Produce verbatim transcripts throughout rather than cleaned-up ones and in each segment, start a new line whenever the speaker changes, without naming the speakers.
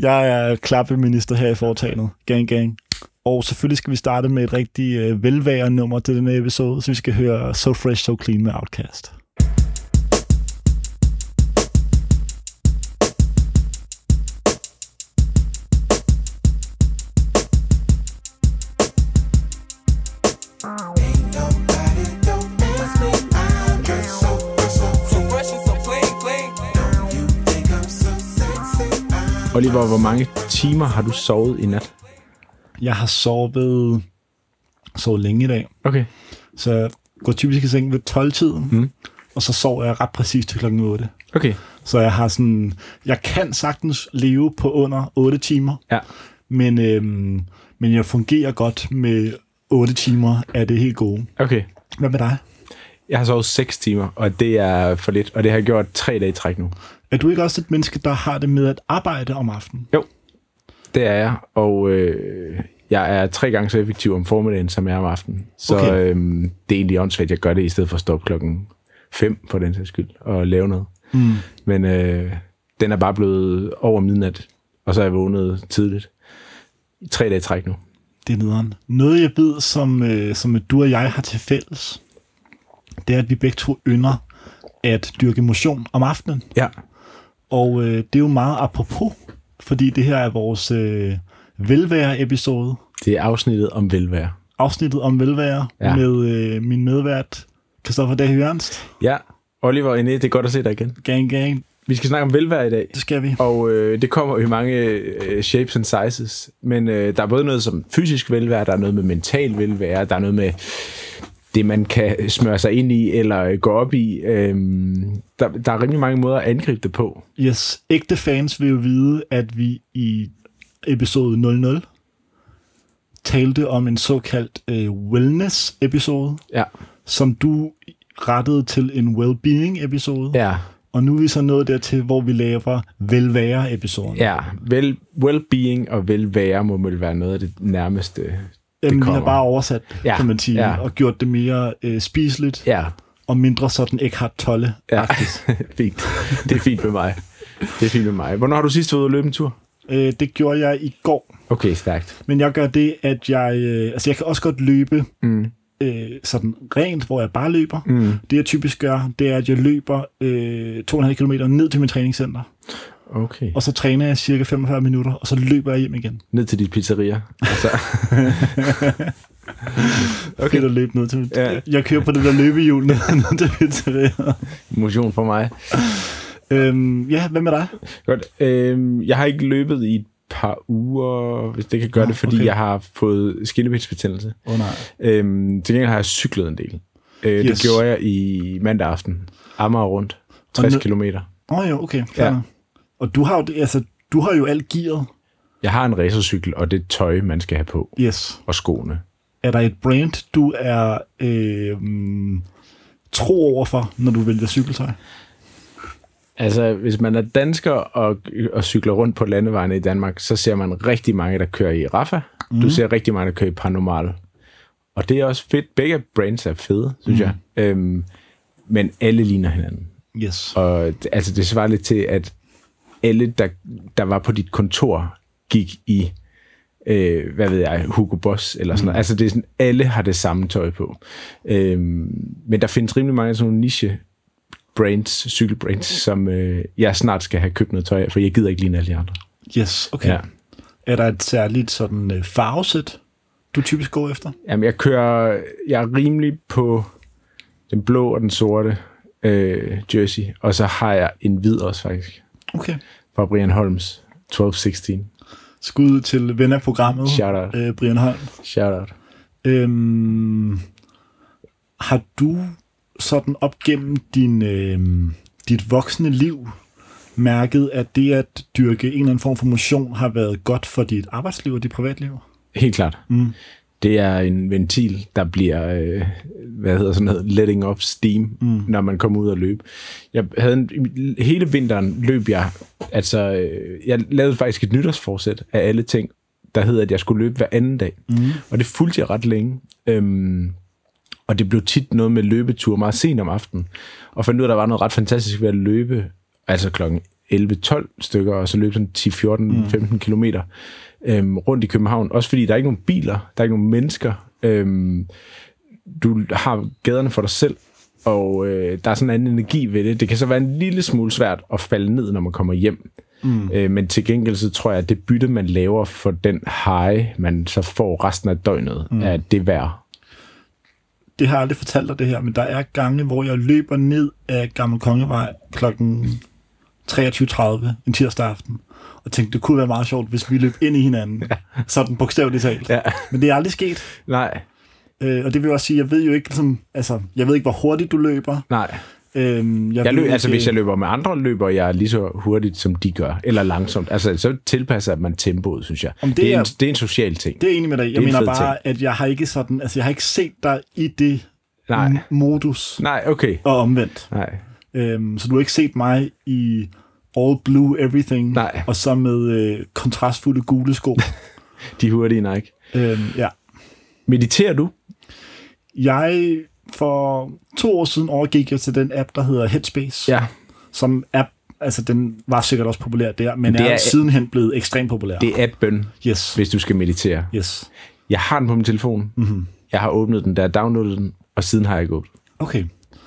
Jeg er klappeminister her i foretagendet. Gang, gang. Og selvfølgelig skal vi starte med et rigtig øh, velværende nummer til denne episode, så vi skal høre So Fresh, So Clean med Outkast.
Oliver, hvor mange timer har du sovet i nat?
Jeg har sovet så længe i dag.
Okay.
Så jeg går typisk i seng ved tolv-tiden, mm. og så sover jeg ret præcis til klokken otte.
Okay.
Så jeg har sådan, jeg kan sagtens leve på under otte timer,
ja.
men, øhm, men jeg fungerer godt med otte timer af det helt gode.
Okay.
Hvad med dig?
Jeg har sovet seks timer, og det er for lidt, og det har jeg gjort tre dage i træk nu.
Er du ikke også et menneske, der har det med at arbejde om aftenen?
Jo, det er jeg, og øh, jeg er tre gange så effektiv om formiddagen, som jeg er om aftenen. Så okay. øh, det er egentlig åndssvagt, at jeg gør det, i stedet for at stå op klokken fem, for den sags skyld, og lave noget. Mm. Men øh, den er bare blevet over midnat, og så er jeg vågnet tidligt. Tre dage i træk nu.
Det er nederen. Noget, jeg ved, som, øh, som du og jeg har til fælles, det er, at vi begge to ynder at dyrke motion om aftenen.
Ja.
Og øh, det er jo meget apropos, fordi det her er vores øh, velvære-episode.
Det er afsnittet om velvære.
Afsnittet om velvære ja. med øh, min medvært, Christoffer Dahy Jørgenst.
Ja, Oliver Ené, det er godt at se dig igen.
Gang, gang.
Vi skal snakke om velvære i dag.
Det skal vi.
Og øh, det kommer i mange øh, shapes and sizes. Men øh, der er både noget som fysisk velvære, der er noget med mental velvære, der er noget med det, man kan smøre sig ind i, eller gå op i. Øhm, der, der er rimelig mange måder at angribe det på.
Yes. Ægte fans vil jo vide, at vi i episode nul nul talte om en såkaldt øh, wellness-episode,
ja. som
du rettede til en well-being-episode.
Ja.
Og nu er vi så nået dertil, hvor vi laver velvære-episoden.
Ja, well, well-being og velvære må vel være noget af det nærmeste.
Jamen, vi har bare oversat,
ja,
kan man sige, ja. og gjort det mere øh, spiseligt,
ja.
og mindre sådan Eckhart Tolle.
Ja, fint. Det er fint med mig. Det er fint med mig. Hvornår har du sidst været ude at løbe en tur?
Øh, det gjorde jeg i går.
Okay, stærkt.
Men jeg gør det, at jeg... Øh, altså, jeg kan også godt løbe
mm.
øh, sådan rent, hvor jeg bare løber.
Mm.
Det, jeg typisk gør, det er, at jeg løber øh, to komma fem kilometer ned til min træningscenter.
Okay.
Og så træner jeg cirka femogfyrre minutter, og så løber jeg hjem igen.
Ned til dit pizzeria. Altså.
Okay. Fedt at løbe ned til mit... ja. Jeg kører på det der løbehjul ned, ned til pizzeria.
Motion for mig.
Øhm, ja, hvad med dig?
Godt. Øhm, jeg har ikke løbet i et par uger, hvis det kan gøre oh, det, fordi okay. jeg har fået skinnebensbetændelse.
Åh oh, nej.
Øhm, til gengæld har jeg cyklet en del. Øh, yes. Det gjorde jeg i mandag aften. Amager rundt. tres kilometer.
Åh oh, jo, okay. Ja. Og du har jo, altså, du har jo alt gearet.
Jeg har en racercykel, og det tøj, man skal have på.
Yes.
Og skoene.
Er der et brand, du er øh, tro overfor, når du vælger cykeltøj?
Altså, hvis man er dansker og, og cykler rundt på landevejene i Danmark, så ser man rigtig mange, der kører i Rafa. Mm. Du ser rigtig mange, der kører i Paranormal. Og det er også fedt. Begge brands er fede, synes mm. jeg. Øhm, men alle ligner hinanden.
Yes.
Og altså, det svarer lidt til, at alle, der, der var på dit kontor, gik i, øh, hvad ved jeg, Hugo Boss, eller sådan mm. noget. Altså, det er sådan, alle har det samme tøj på. Øhm, men der findes rimelig mange sådan nogle niche brands, cykelbrands, som øh, jeg snart skal have købt noget tøj af, for jeg gider ikke ligne alle de andre.
Yes, okay. Ja. Er der et særligt sådan øh, farvesæt, du typisk går efter?
Jamen, jeg kører, jeg er rimelig på den blå og den sorte øh, jersey, og så har jeg en hvid også, faktisk.
Okay.
Fra Brian Holms, tolv seksten.
Skud til ven af programmet.
Shout out.
Øh, Brian Holm.
Shout out.
Øhm, har du sådan op gennem din, øh, dit voksne liv mærket, at det at dyrke en eller anden form for motion har været godt for dit arbejdsliv og dit privatliv?
Helt klart.
Mm.
Det er en ventil, der bliver, øh, hvad hedder sådan noget, letting off steam, mm. når man kommer ud og løbe. Jeg havde en, hele vinteren løb jeg, altså, øh, jeg lavede faktisk et nytårsforsæt af alle ting, der hedder, at jeg skulle løbe hver anden dag. Mm. Og det fulgte jeg ret længe. Øhm, og det blev tit noget med løbetur meget sent om aftenen. Og fandt ud af, at der var noget ret fantastisk ved at løbe, altså klokken elleve tolv stykker, og så løbe sådan ti fjorten femten kilometer øhm, rundt i København. Også fordi der er ikke nogen biler, der er ikke nogen mennesker. Øhm, du har gaderne for dig selv, og øh, der er sådan en anden energi ved det. Det kan så være en lille smule svært at falde ned, når man kommer hjem. Mm. Øh, men til gengæld så tror jeg, at det bytte, man laver for den high, man så får resten af døgnet, mm. er det værd.
Det har jeg aldrig fortalt dig det her, men der er gange, hvor jeg løber ned af Gammel Kongevej klokken treogtyve tredive en tirsdag aften, og tænkte, det kunne være meget sjovt, hvis vi løb ind i hinanden. Ja. Sådan bogstaveligt talt. Ja. Men det er aldrig sket.
Nej.
Øh, og det vil også sige, jeg ved jo ikke, sådan, altså, jeg ved ikke, hvor hurtigt du løber.
Nej.
Øhm, jeg
jeg løb,
ikke,
altså, hvis jeg løber med andre, løber jeg lige så hurtigt, som de gør, eller langsomt. Altså, så tilpasser man tempoet, synes jeg. Det, det, er, er en, det er en social ting.
Det er enig med dig. Jeg mener bare, ting. at jeg har ikke sådan, altså, jeg har ikke set dig i det Nej. modus.
Nej, okay.
Og omvendt.
Nej.
Øhm, så du har ikke set mig i all blue everything,
Nej.
og så med øh, kontrastfulde gule sko.
De hurtige Nike.
Øhm, ja.
Mediterer du?
Jeg, for to år siden overgik jeg til den app, der hedder Headspace.
Ja.
Som app, altså den var sikkert også populær der, men det er, er sidenhen blevet ekstremt populær.
Det er app-bøn,
yes.
hvis du skal meditere.
Yes.
Jeg har den på min telefon. Mm-hmm. Jeg har åbnet den, der downloadet den, og siden har jeg ikke åbnet.
Okay.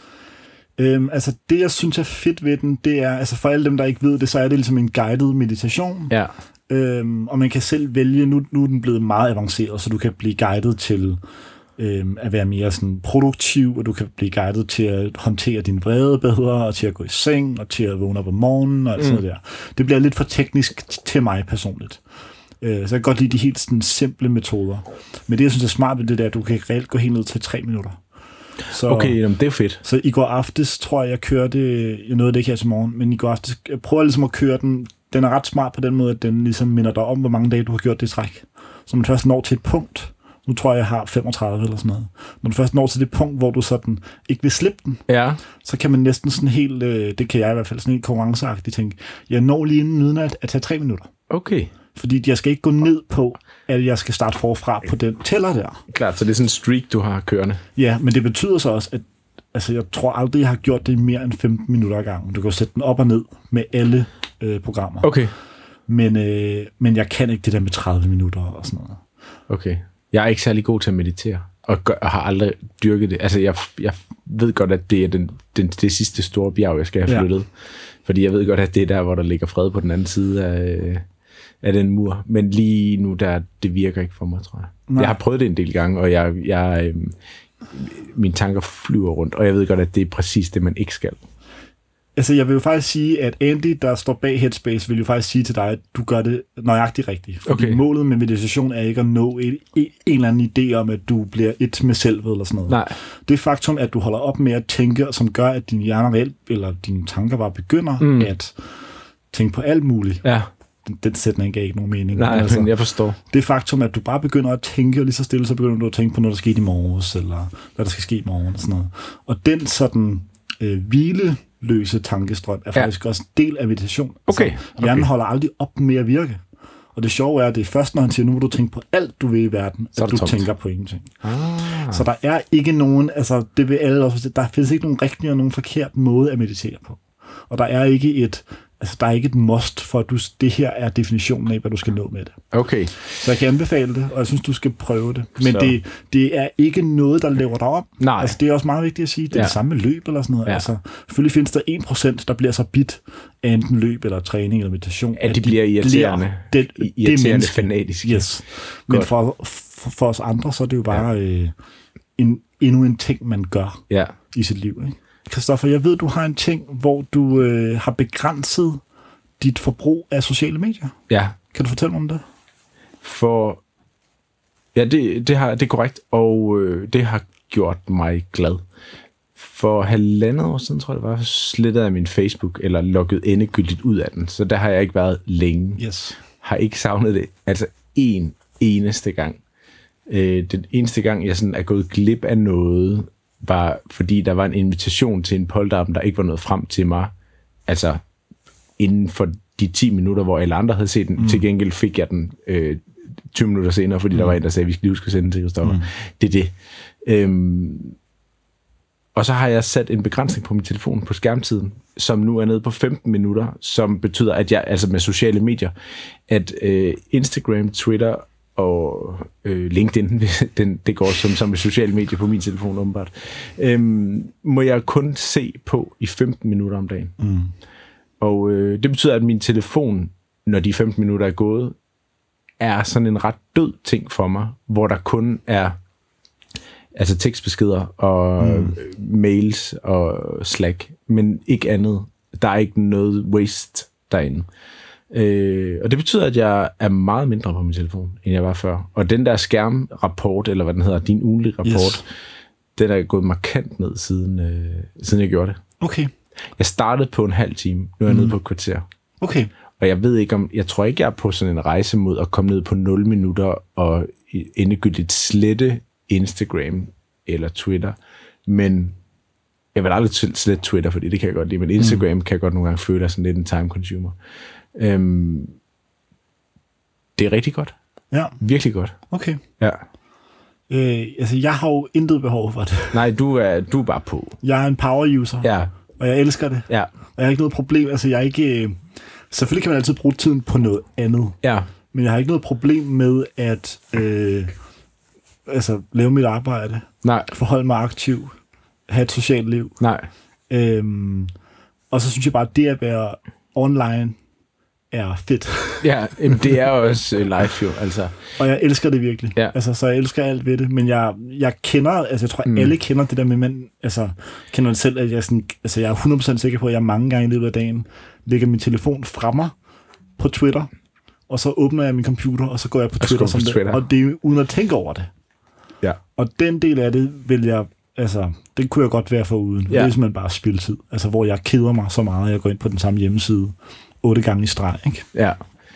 Øhm, altså det, jeg synes er fedt ved den, det er, altså for alle dem, der ikke ved det, så er det ligesom en guided meditation.
Ja.
Øhm, og man kan selv vælge, nu, nu er den blevet meget avanceret, så du kan blive guidet til øhm, at være mere sådan produktiv, og du kan blive guidet til at håndtere din vrede bedre, og til at gå i seng, og til at vågne op om morgenen, og alt mm. sådan noget der. Det bliver lidt for teknisk til mig personligt. Øh, så jeg kan godt lide de helt sådan simple metoder. Men det, jeg synes er smart ved det, der, at du kan reelt gå helt ned til tre minutter. Så,
okay, jamen, det er fedt.
Så i går aftes, tror jeg, jeg kørte, jeg nåede det ikke her til morgen, men i går aftes, jeg prøver ligesom at køre den. Den er ret smart på den måde, at den ligesom minder dig om, hvor mange dage du har gjort det træk. Så når du først når til et punkt, nu tror jeg, jeg har femogtredive eller sådan noget. Når du først når til det punkt, hvor du sådan ikke vil slippe den,
ja.
så kan man næsten sådan helt, det kan jeg i hvert fald, sådan helt konkurrenceagtigt tænke, jeg når lige inden midnat at tage tre minutter.
Okay.
Fordi jeg skal ikke gå ned på, at jeg skal starte forfra på den tæller der.
Klart, så det er sådan en streak, du har kørende.
Ja, men det betyder så også, at altså, jeg tror aldrig, jeg har gjort det i mere end femten minutter ad gangen. Du kan jo sætte den op og ned med alle øh, programmer.
Okay.
Men, øh, men jeg kan ikke det der med tredive minutter og sådan noget.
Okay. Jeg er ikke særlig god til at meditere, og, gør, og har aldrig dyrket det. Altså, jeg, jeg ved godt, at det er den, den, det sidste store bjerg, jeg skal have flyttet. Ja. Fordi jeg ved godt, at det er der, hvor der ligger fred på den anden side af, af den mur. Men lige nu, der, det virker ikke for mig, tror jeg. Nej. Jeg har prøvet det en del gange, og jeg, jeg, øh, mine tanker flyver rundt, og jeg ved godt, at det er præcis det, man ikke skal.
Altså, jeg vil jo faktisk sige, at Andy, der står bag Headspace, vil jo faktisk sige til dig, at du gør det nøjagtigt rigtigt. Fordi okay. målet med meditation er ikke at nå en, en eller anden idé om, at du bliver et med selvet eller sådan noget.
Nej.
Det faktum, at du holder op med at tænke, som gør, at din hjerne reelt, eller dine tanker bare begynder mm. at tænke på alt muligt.
Ja.
Den, den sætning gav ikke nogen mening.
Nej, altså, men jeg forstår.
Det faktum, at du bare begynder at tænke, og lige så stille, så begynder du at tænke på noget, der skete i morges, eller hvad der skal ske i morgen, og sådan noget. Og den sådan øh, hvile løse tankestrøm er faktisk ja. også en del af meditation.
Okay.
Altså, hjernen
okay.
holder aldrig op med at virke. Og det sjove er, at det er først, når han siger, nu må du tænke på alt, du vil i verden, at du tomt. tænker på ingenting. Ah. Så der er ikke nogen, altså det vil alle også, der findes ikke nogen rigtig og nogen forkert måde at meditere på. Og der er ikke et, altså der er ikke et must for, at du, det her er definitionen af, hvad du skal nå med det.
Okay.
Så jeg kan anbefale det, og jeg synes, du skal prøve det. Men det, det er ikke noget, der lever dig op.
Nej.
Altså, det er også meget vigtigt at sige. Det er ja. det samme med løb eller sådan noget.
Ja.
Altså, selvfølgelig findes der en procent, der bliver så bit af enten løb eller træning eller meditation.
At de, de bliver irriterende.
Bliver, det,
irriterende
det
fanatisk.
Yes. Men for, for, for os andre, så er det jo bare ja. øh, en, endnu en ting, man gør
ja.
i sit liv. Ikke? Christoffer, jeg ved, du har en ting, hvor du øh, har begrænset dit forbrug af sociale medier.
Ja.
Kan du fortælle mig om det?
For ja, det, det, har, det er korrekt, og øh, det har gjort mig glad. For halvandet år siden, tror jeg, det var, slettet af min Facebook, eller logget endegyldigt ud af den. Så der har jeg ikke været længe.
Yes.
Har ikke savnet det. Altså en eneste gang. Øh, den eneste gang, jeg sådan er gået glip af noget, var fordi der var en invitation til en polterappen, der ikke var nået frem til mig. Altså inden for de ti minutter, hvor alle andre havde set den. Mm. Til gengæld fik jeg den øh, tyve minutter senere, fordi mm. der var en, der sagde, at vi skal lige huske at sende den til Christoffer. Mm. Det er det. Øhm, Og så har jeg sat en begrænsning på min telefon på skærmtiden, som nu er nede på femten minutter, som betyder, at jeg, altså med sociale medier, at øh, Instagram, Twitter og øh, LinkedIn, den, det går som, som et sociale medier på min telefon åbenbart, øhm, må jeg kun se på i femten minutter om dagen.
Mm.
Og øh, det betyder, at min telefon, når de femten minutter er gået, er sådan en ret død ting for mig, hvor der kun er altså tekstbeskeder og mm. mails og Slack, men ikke andet. Der er ikke noget waste derinde. Øh, og det betyder, at jeg er meget mindre på min telefon, end jeg var før. Og den der skærmrapport, eller hvad den hedder, din ugenlige rapport, yes. den er gået markant ned, siden, øh, siden jeg gjorde det.
Okay.
Jeg startede på en halv time, nu er jeg mm. nede på et kvarter.
Okay.
Og jeg ved ikke om, jeg tror ikke, jeg er på sådan en rejse mod at komme ned på nul minutter og endegyldigt slette Instagram eller Twitter, men jeg vil aldrig slette Twitter, fordi det kan jeg godt lide, men Instagram mm. kan jeg godt nogle gange føle sådan lidt en time consumer. Øhm, det er rigtig godt.
Ja.
Virkelig godt.
Okay.
Ja.
Øh, altså, jeg har jo intet behov for det.
Nej, du er, du er bare på.
Jeg er en power user,
ja.
og jeg elsker det.
Ja.
Og jeg har ikke noget problem, altså jeg er ikke... Selvfølgelig kan man altid bruge tiden på noget andet.
Ja.
Men jeg har ikke noget problem med at øh, altså, lave mit arbejde.
Nej.
Forholde mig aktiv. Have et socialt liv.
Nej.
Øhm, og så synes jeg bare, at det at være online er fedt.
Ja, det er også live jo, altså.
Og jeg elsker det virkelig.
Ja.
Altså, så jeg elsker alt ved det. Men jeg, jeg kender, altså jeg tror, mm. alle kender det der med, man altså, kender det selv, at jeg, sådan, altså, jeg er hundrede procent sikker på, at jeg mange gange i løbet af dagen lægger min telefon fra mig på Twitter, og så åbner jeg min computer, og så går jeg på Twitter, som
på Twitter.
Det, og det er uden at tænke over det.
Ja.
Og den del af det vil jeg, altså, det kunne jeg godt være foruden. Ja. Det er simpelthen bare spildtid. Altså, hvor jeg keder mig så meget, at jeg går ind på den samme hjemmeside otte gange i streg, ikke?
Ja.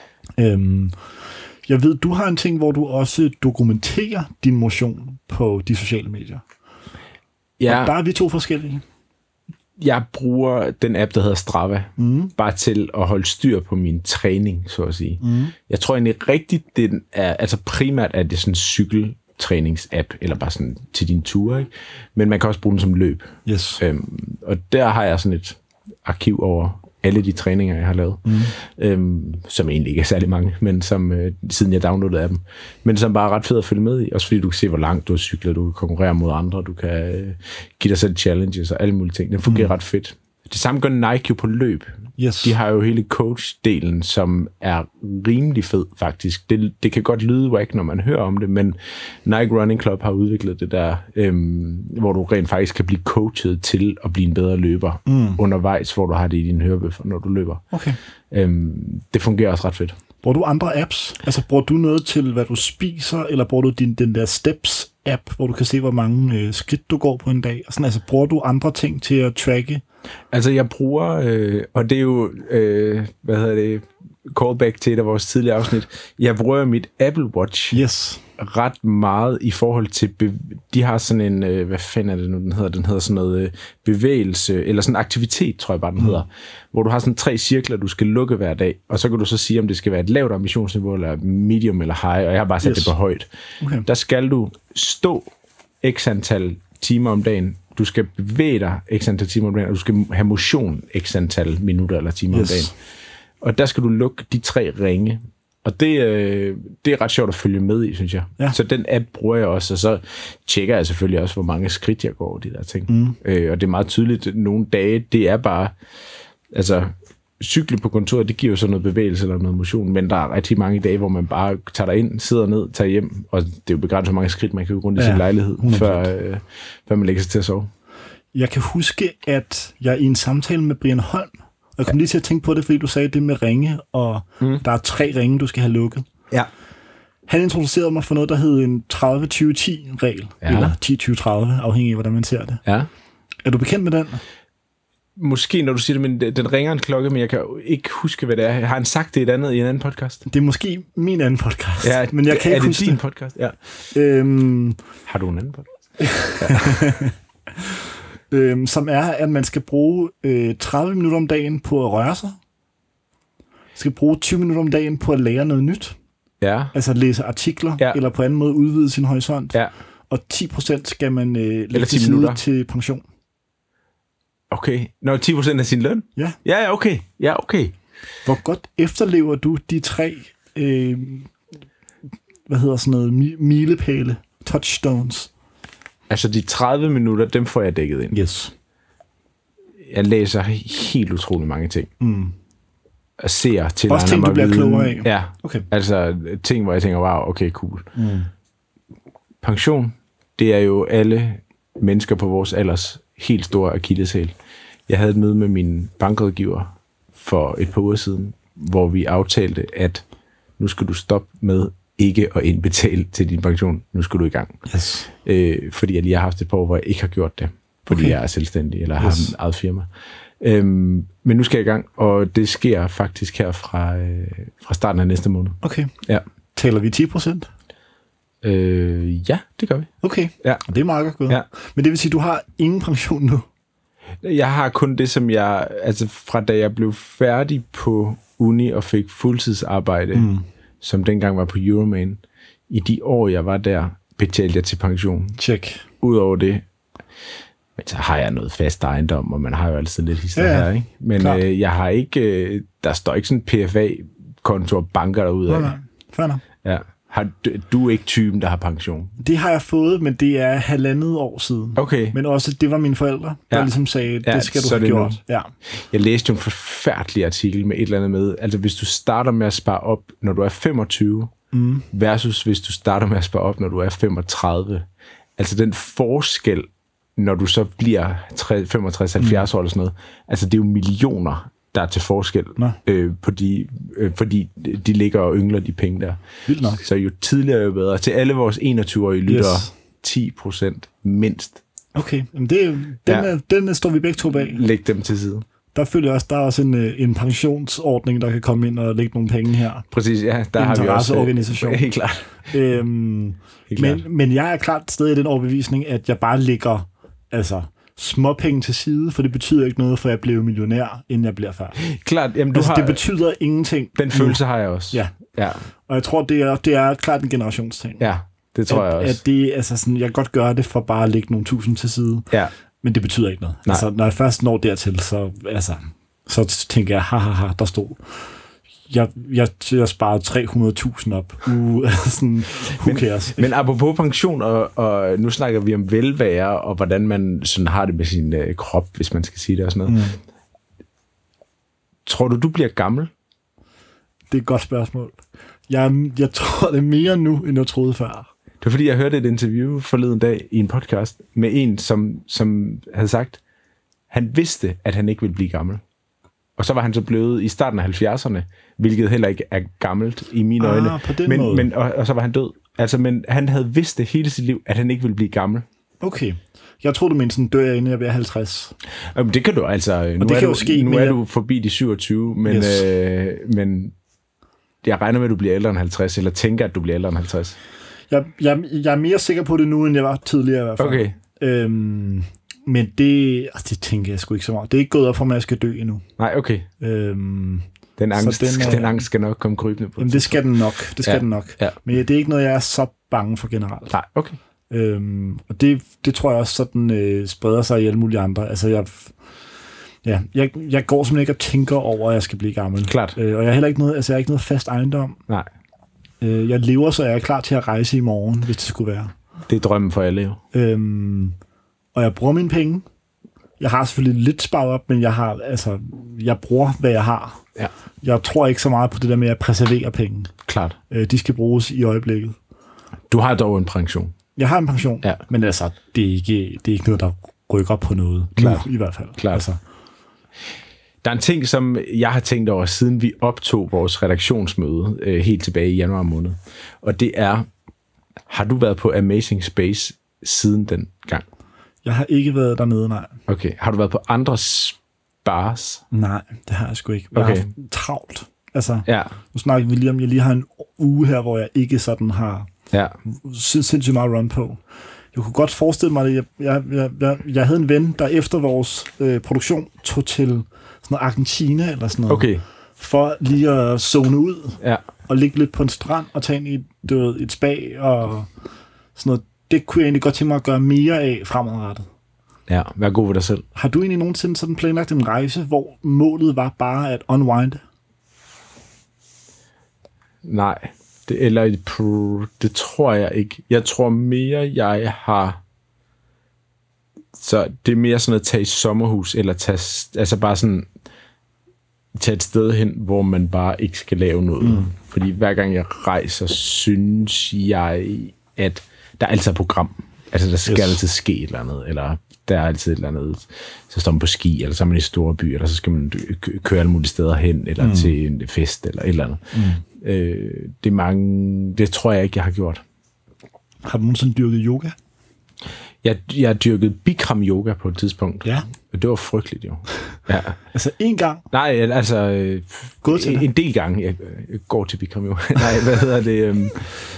Øhm, jeg ved, du har en ting, hvor du også dokumenterer din motion på de sociale medier.
Ja.
Og der er vi to forskellige.
Jeg bruger den app, der hedder Strava, mm. bare til at holde styr på min træning, så at sige. Mm. Jeg tror egentlig rigtigt, den er, altså primært er det sådan en cykeltrænings-app, eller bare sådan til din ture, ikke? Men man kan også bruge den som løb.
Yes.
Øhm, og der har jeg sådan et arkiv over alle de træninger, jeg har lavet, mm. øhm, som egentlig ikke er særlig mange, men som øh, siden jeg downloadede af dem, men som bare er ret fedt at følge med i, også fordi du kan se, hvor langt du har cyklet, du kan konkurrere mod andre, du kan øh, give dig selv challenges og alle mulige ting. Det fungerer mm. ret fedt. Det samme gør Nike jo på løb.
Yes.
De har jo hele coach-delen, som er rimelig fed, faktisk. Det, det kan godt lyde whack, når man hører om det, men Nike Running Club har udviklet det der, øhm, hvor du rent faktisk kan blive coachet til at blive en bedre løber mm. undervejs, hvor du har det i dine hørebøffer, når du løber.
Okay.
Øhm, det fungerer også ret fedt.
Bruger du andre apps? Altså, bruger du noget til, hvad du spiser, eller bruger du din, den der Steps-app, hvor du kan se, hvor mange øh, skridt du går på en dag? Og sådan, altså, bruger du andre ting til at tracke?
Altså, jeg bruger, øh, og det er jo, øh, hvad hedder det, callback til et af vores tidligere afsnit, jeg bruger mit Apple Watch
yes.
ret meget i forhold til, bev- de har sådan en, øh, hvad fanden er det nu, den hedder? Den hedder sådan noget øh, bevægelse, eller sådan aktivitet, tror jeg bare, den mm. hedder, hvor du har sådan tre cirkler, du skal lukke hver dag, og så kan du så sige, om det skal være et lavt ambitionsniveau, eller medium, eller high, og jeg har bare sat yes. det på højt. Okay. Der skal du stå x antal timer om dagen, du skal bevæge dig x antal timer om dagen, og du skal have motion x antal minutter eller timer yes. om dagen. Og der skal du lukke de tre ringe. Og det, øh, det er ret sjovt at følge med i, synes jeg. Ja. Så den app bruger jeg også, og så tjekker jeg selvfølgelig også, hvor mange skridt jeg går over de der ting. Mm. Øh, og det er meget tydeligt, at nogle dage, det er bare, altså, cykle på kontoret, det giver jo sådan noget bevægelse eller noget motion, men der er rigtig mange dage, hvor man bare tager dig ind, sidder ned, tager hjem, og det er jo begrænset, hvor mange skridt man kan gå rundt i ja, sin lejlighed, før, øh, før man lægger sig til at sove. Jeg
kan huske, at jeg i en samtale med Brian Holm, og jeg kom ja. lige til at tænke på det, fordi du sagde det med ringe, og mm. der er tre ringe, du skal have lukket.
Ja.
Han introducerede mig for noget, der hed en tredive tyve ti regel, ja. eller ti tyve tredive, afhængig af, hvordan man ser det.
Ja.
Er du bekendt med den?
Måske, når du siger det, men den ringer en klokke, men jeg kan ikke huske, hvad det er. Har han sagt det i et andet, i en anden podcast?
Det er måske min anden podcast,
ja,
men jeg kan ikke huske det.
Er det din podcast? Ja.
Øhm,
Har du en anden podcast? ja.
øhm, som er, at man skal bruge øh, tredive minutter om dagen på at røre sig. Man skal bruge tyve minutter om dagen på at lære noget nyt.
Ja.
Altså læse artikler, ja. eller på anden måde udvide sin horisont.
Ja.
Og ti procent skal man øh, lægge til side til pension.
Okay. Nå, ti procent af sin løn?
Ja.
Ja, ja, okay. Ja, okay.
Hvor godt efterlever du de tre, øh, hvad hedder sådan noget, mi- milepæle, touchstones?
Altså, de tredive minutter, dem får jeg dækket ind.
Yes.
Jeg læser helt utrolig mange ting.
Mm.
Og ser til
Også ting, du bliver klogere af?
Ja.
Okay.
Altså, ting, hvor jeg tænker, wow, okay, cool.
Mm.
Pension, det er jo alle mennesker på vores alders helt store akilleshæl. Jeg havde et møde med min bankrådgiver for et par uger siden, hvor vi aftalte, at nu skal du stoppe med ikke at indbetale til din pension. Nu skal du i gang.
Yes.
Øh, fordi jeg lige har haft et par år, hvor jeg ikke har gjort det. Fordi okay. jeg er selvstændig, eller har yes. en eget firma. Øhm, men nu skal jeg i gang, og det sker faktisk her fra, øh, fra starten af næste måned.
Okay.
Ja.
Taler vi ti procent?
Øh, ja, det gør vi.
Okay,
ja.
Det er meget godt gået.
Ja.
Men det vil sige, at du har ingen pension nu?
Jeg har kun det, som jeg... Altså, fra da jeg blev færdig på uni og fik fuldtidsarbejde, mm. som dengang var på Euroman, i de år, jeg var der, betalte jeg til pension.
Check.
Udover det, men så har jeg noget fast ejendom, og man har jo altid lidt historie ja, ja. her, ikke? Men øh, jeg har ikke... Øh, der står ikke sådan en P F A-konto og banker derude af.
Nej, nej. Fair nok.
Ja. Har du, du er ikke typen, der har pension?
Det har jeg fået, men det er halvandet år siden.
Okay.
Men også, det var mine forældre, der
ja.
ligesom sagde, det
ja,
skal du have gjort. Ja.
Jeg læste jo en forfærdelig artikel med et eller andet med, altså hvis du starter med at spare op, når du er femogtyve, mm. versus hvis du starter med at spare op, når du er femogtredive. Altså den forskel, når du så bliver femogtres til halvfjerds mm. år eller sådan noget, altså det er jo millioner, der er til forskel, øh, på de, øh, fordi de ligger og yngler de penge der.
Vildt nok.
Så jo tidligere, jo bedre. Til alle vores enogtyve-årige lyttere, yes. ti procent mindst.
Okay, men det, den, ja. er, den står vi begge to bag.
Læg dem til side.
Der følger også, der er også en, en pensionsordning, der kan komme ind og lægge nogle penge her.
Præcis, ja. Der har vi også
organisation.
Helt klart.
Øhm,
helt
men,
klart.
men jeg er klart stadig i den overbevisning, at jeg bare lægger altså, småpenge til side, for det betyder ikke noget, for jeg bliver millionær, inden jeg bliver færdig.
Klart, jamen du
altså,
har...
Det betyder ingenting.
Den følelse har jeg også.
Ja.
ja.
Og jeg tror, det er, det er klart en generationsting.
Ja, det tror
at,
jeg også.
At det, altså sådan, jeg kan godt gøre det for bare at lægge nogle tusind til side,
ja.
men det betyder ikke noget.
Nej.
Altså, når jeg først når dertil, så, altså, så tænker jeg, ha, ha, ha, der stod... Jeg, jeg, jeg sparede tre hundrede tusind op. Uh, sådan, who cares?
Men, men apropos pension, og, og nu snakker vi om velvære, og hvordan man sådan har det med sin øh, krop, hvis man skal sige det og sådan noget. Mm. Tror du, du bliver gammel?
Det er et godt spørgsmål. Jeg, jeg tror det er mere nu, end jeg troede før.
Det var fordi, jeg hørte et interview forleden dag i en podcast med en, som, som havde sagt, han vidste, at han ikke ville blive gammel. Og så var han så blevet i starten af halvfjerdserne, hvilket heller ikke er gammelt i mine
ah,
øjne.
På den
men,
måde.
men, og, og så var han død. Altså, men han havde vidst det hele sit liv, at han ikke ville blive gammel.
Okay. Jeg tror du mente sådan, dør jeg inden jeg bliver halvtreds.
Jamen, det kan du altså. Nu,
det
er,
kan
du,
jo ske,
nu er
jeg...
du forbi de syvogtyve, men, yes. øh, men jeg regner med, at du bliver ældre end halvtreds, eller tænker, at du bliver ældre end halvtreds.
Jeg, jeg, jeg er mere sikker på det nu, end jeg var tidligere i hvert fald.
Okay.
Øhm, men det, altså, det tænker jeg sgu ikke så meget. Det er ikke gået op for mig, at jeg skal dø endnu.
Nej, okay.
Øhm,
den, angst, den, er, den angst skal nok komme krybende på.
Jamen, det skal den nok. Det skal
ja.
den nok.
Ja.
Men det er ikke noget, jeg er så bange for generelt.
Nej, okay.
Øhm, og det, det tror jeg også sådan øh, spreder sig i alle mulige andre. Altså, jeg... Ja, jeg, jeg går simpelthen ikke og tænker over, at jeg skal blive gammel.
Klart.
Øh, og jeg har heller ikke noget, altså jeg har ikke noget fast ejendom.
Nej.
Øh, jeg lever, så jeg er klar til at rejse i morgen, hvis det skulle være.
Det er drømmen for alle jo.
Øhm, og jeg bruger mine penge. Jeg har selvfølgelig lidt sparet op, men jeg har, altså, jeg bruger, hvad jeg har.
Ja.
Jeg tror ikke så meget på det der med at preservere penge.
Klart.
Øh, de skal bruges i øjeblikket.
Du har dog en pension.
Jeg har en pension,
ja.
Men altså, det er ikke, det er ikke noget, der rykker på noget.
Klart.
Nu, i hvert fald.
Klart.
Altså.
Der er en ting, som jeg har tænkt over, siden vi optog vores redaktionsmøde øh, helt tilbage i januar måned. Og det er, har du været på Amazing Space siden den gang?
Jeg har ikke været dernede, nej.
Okay. Har du været på andre bars?
Nej, det har jeg sgu ikke. Jeg
okay.
har haft travlt. Altså,
ja.
Nu snakker vi lige om, jeg lige har en uge her, hvor jeg ikke sådan har
ja.
sindssygt meget run på. Jeg kunne godt forestille mig, at jeg, jeg, jeg, jeg, jeg havde en ven, der efter vores øh, produktion tog til sådan noget Argentina eller sådan noget.
Okay.
For lige at zone ud
ja.
og ligge lidt på en strand og tage ind i du ved, et spa og sådan noget. Det kunne jeg egentlig godt tænke mig at gøre mere af fremadrettet.
Ja, vær god ved dig selv.
Har du egentlig nogensinde sådan planlagt en rejse, hvor målet var bare at unwind?
Nej, det, eller det tror jeg ikke. Jeg tror mere, jeg har... Så det er mere sådan at tage i sommerhus, eller tage, altså bare sådan tage et sted hen, hvor man bare ikke skal lave noget. Mm. Fordi hver gang jeg rejser, synes jeg, at der er altid et program. Altså der skal yes. altid ske et eller andet, eller der er altid et eller andet, så står man på ski, eller så er man i store by, eller så skal man køre alle mulige steder hen, eller mm. til en fest, eller et eller andet. Mm. Øh, det er mange, det tror jeg ikke, jeg har gjort.
Har du nogensinde dyrket yoga?
Jeg, jeg dyrkede Bikram yoga på et tidspunkt.
Ja.
Og det var frygteligt jo. Ja.
Altså en gang?
Nej, altså øh, en, en del gange. Jeg, jeg går til Bikram yoga. Nej, hvad hedder det? Øh,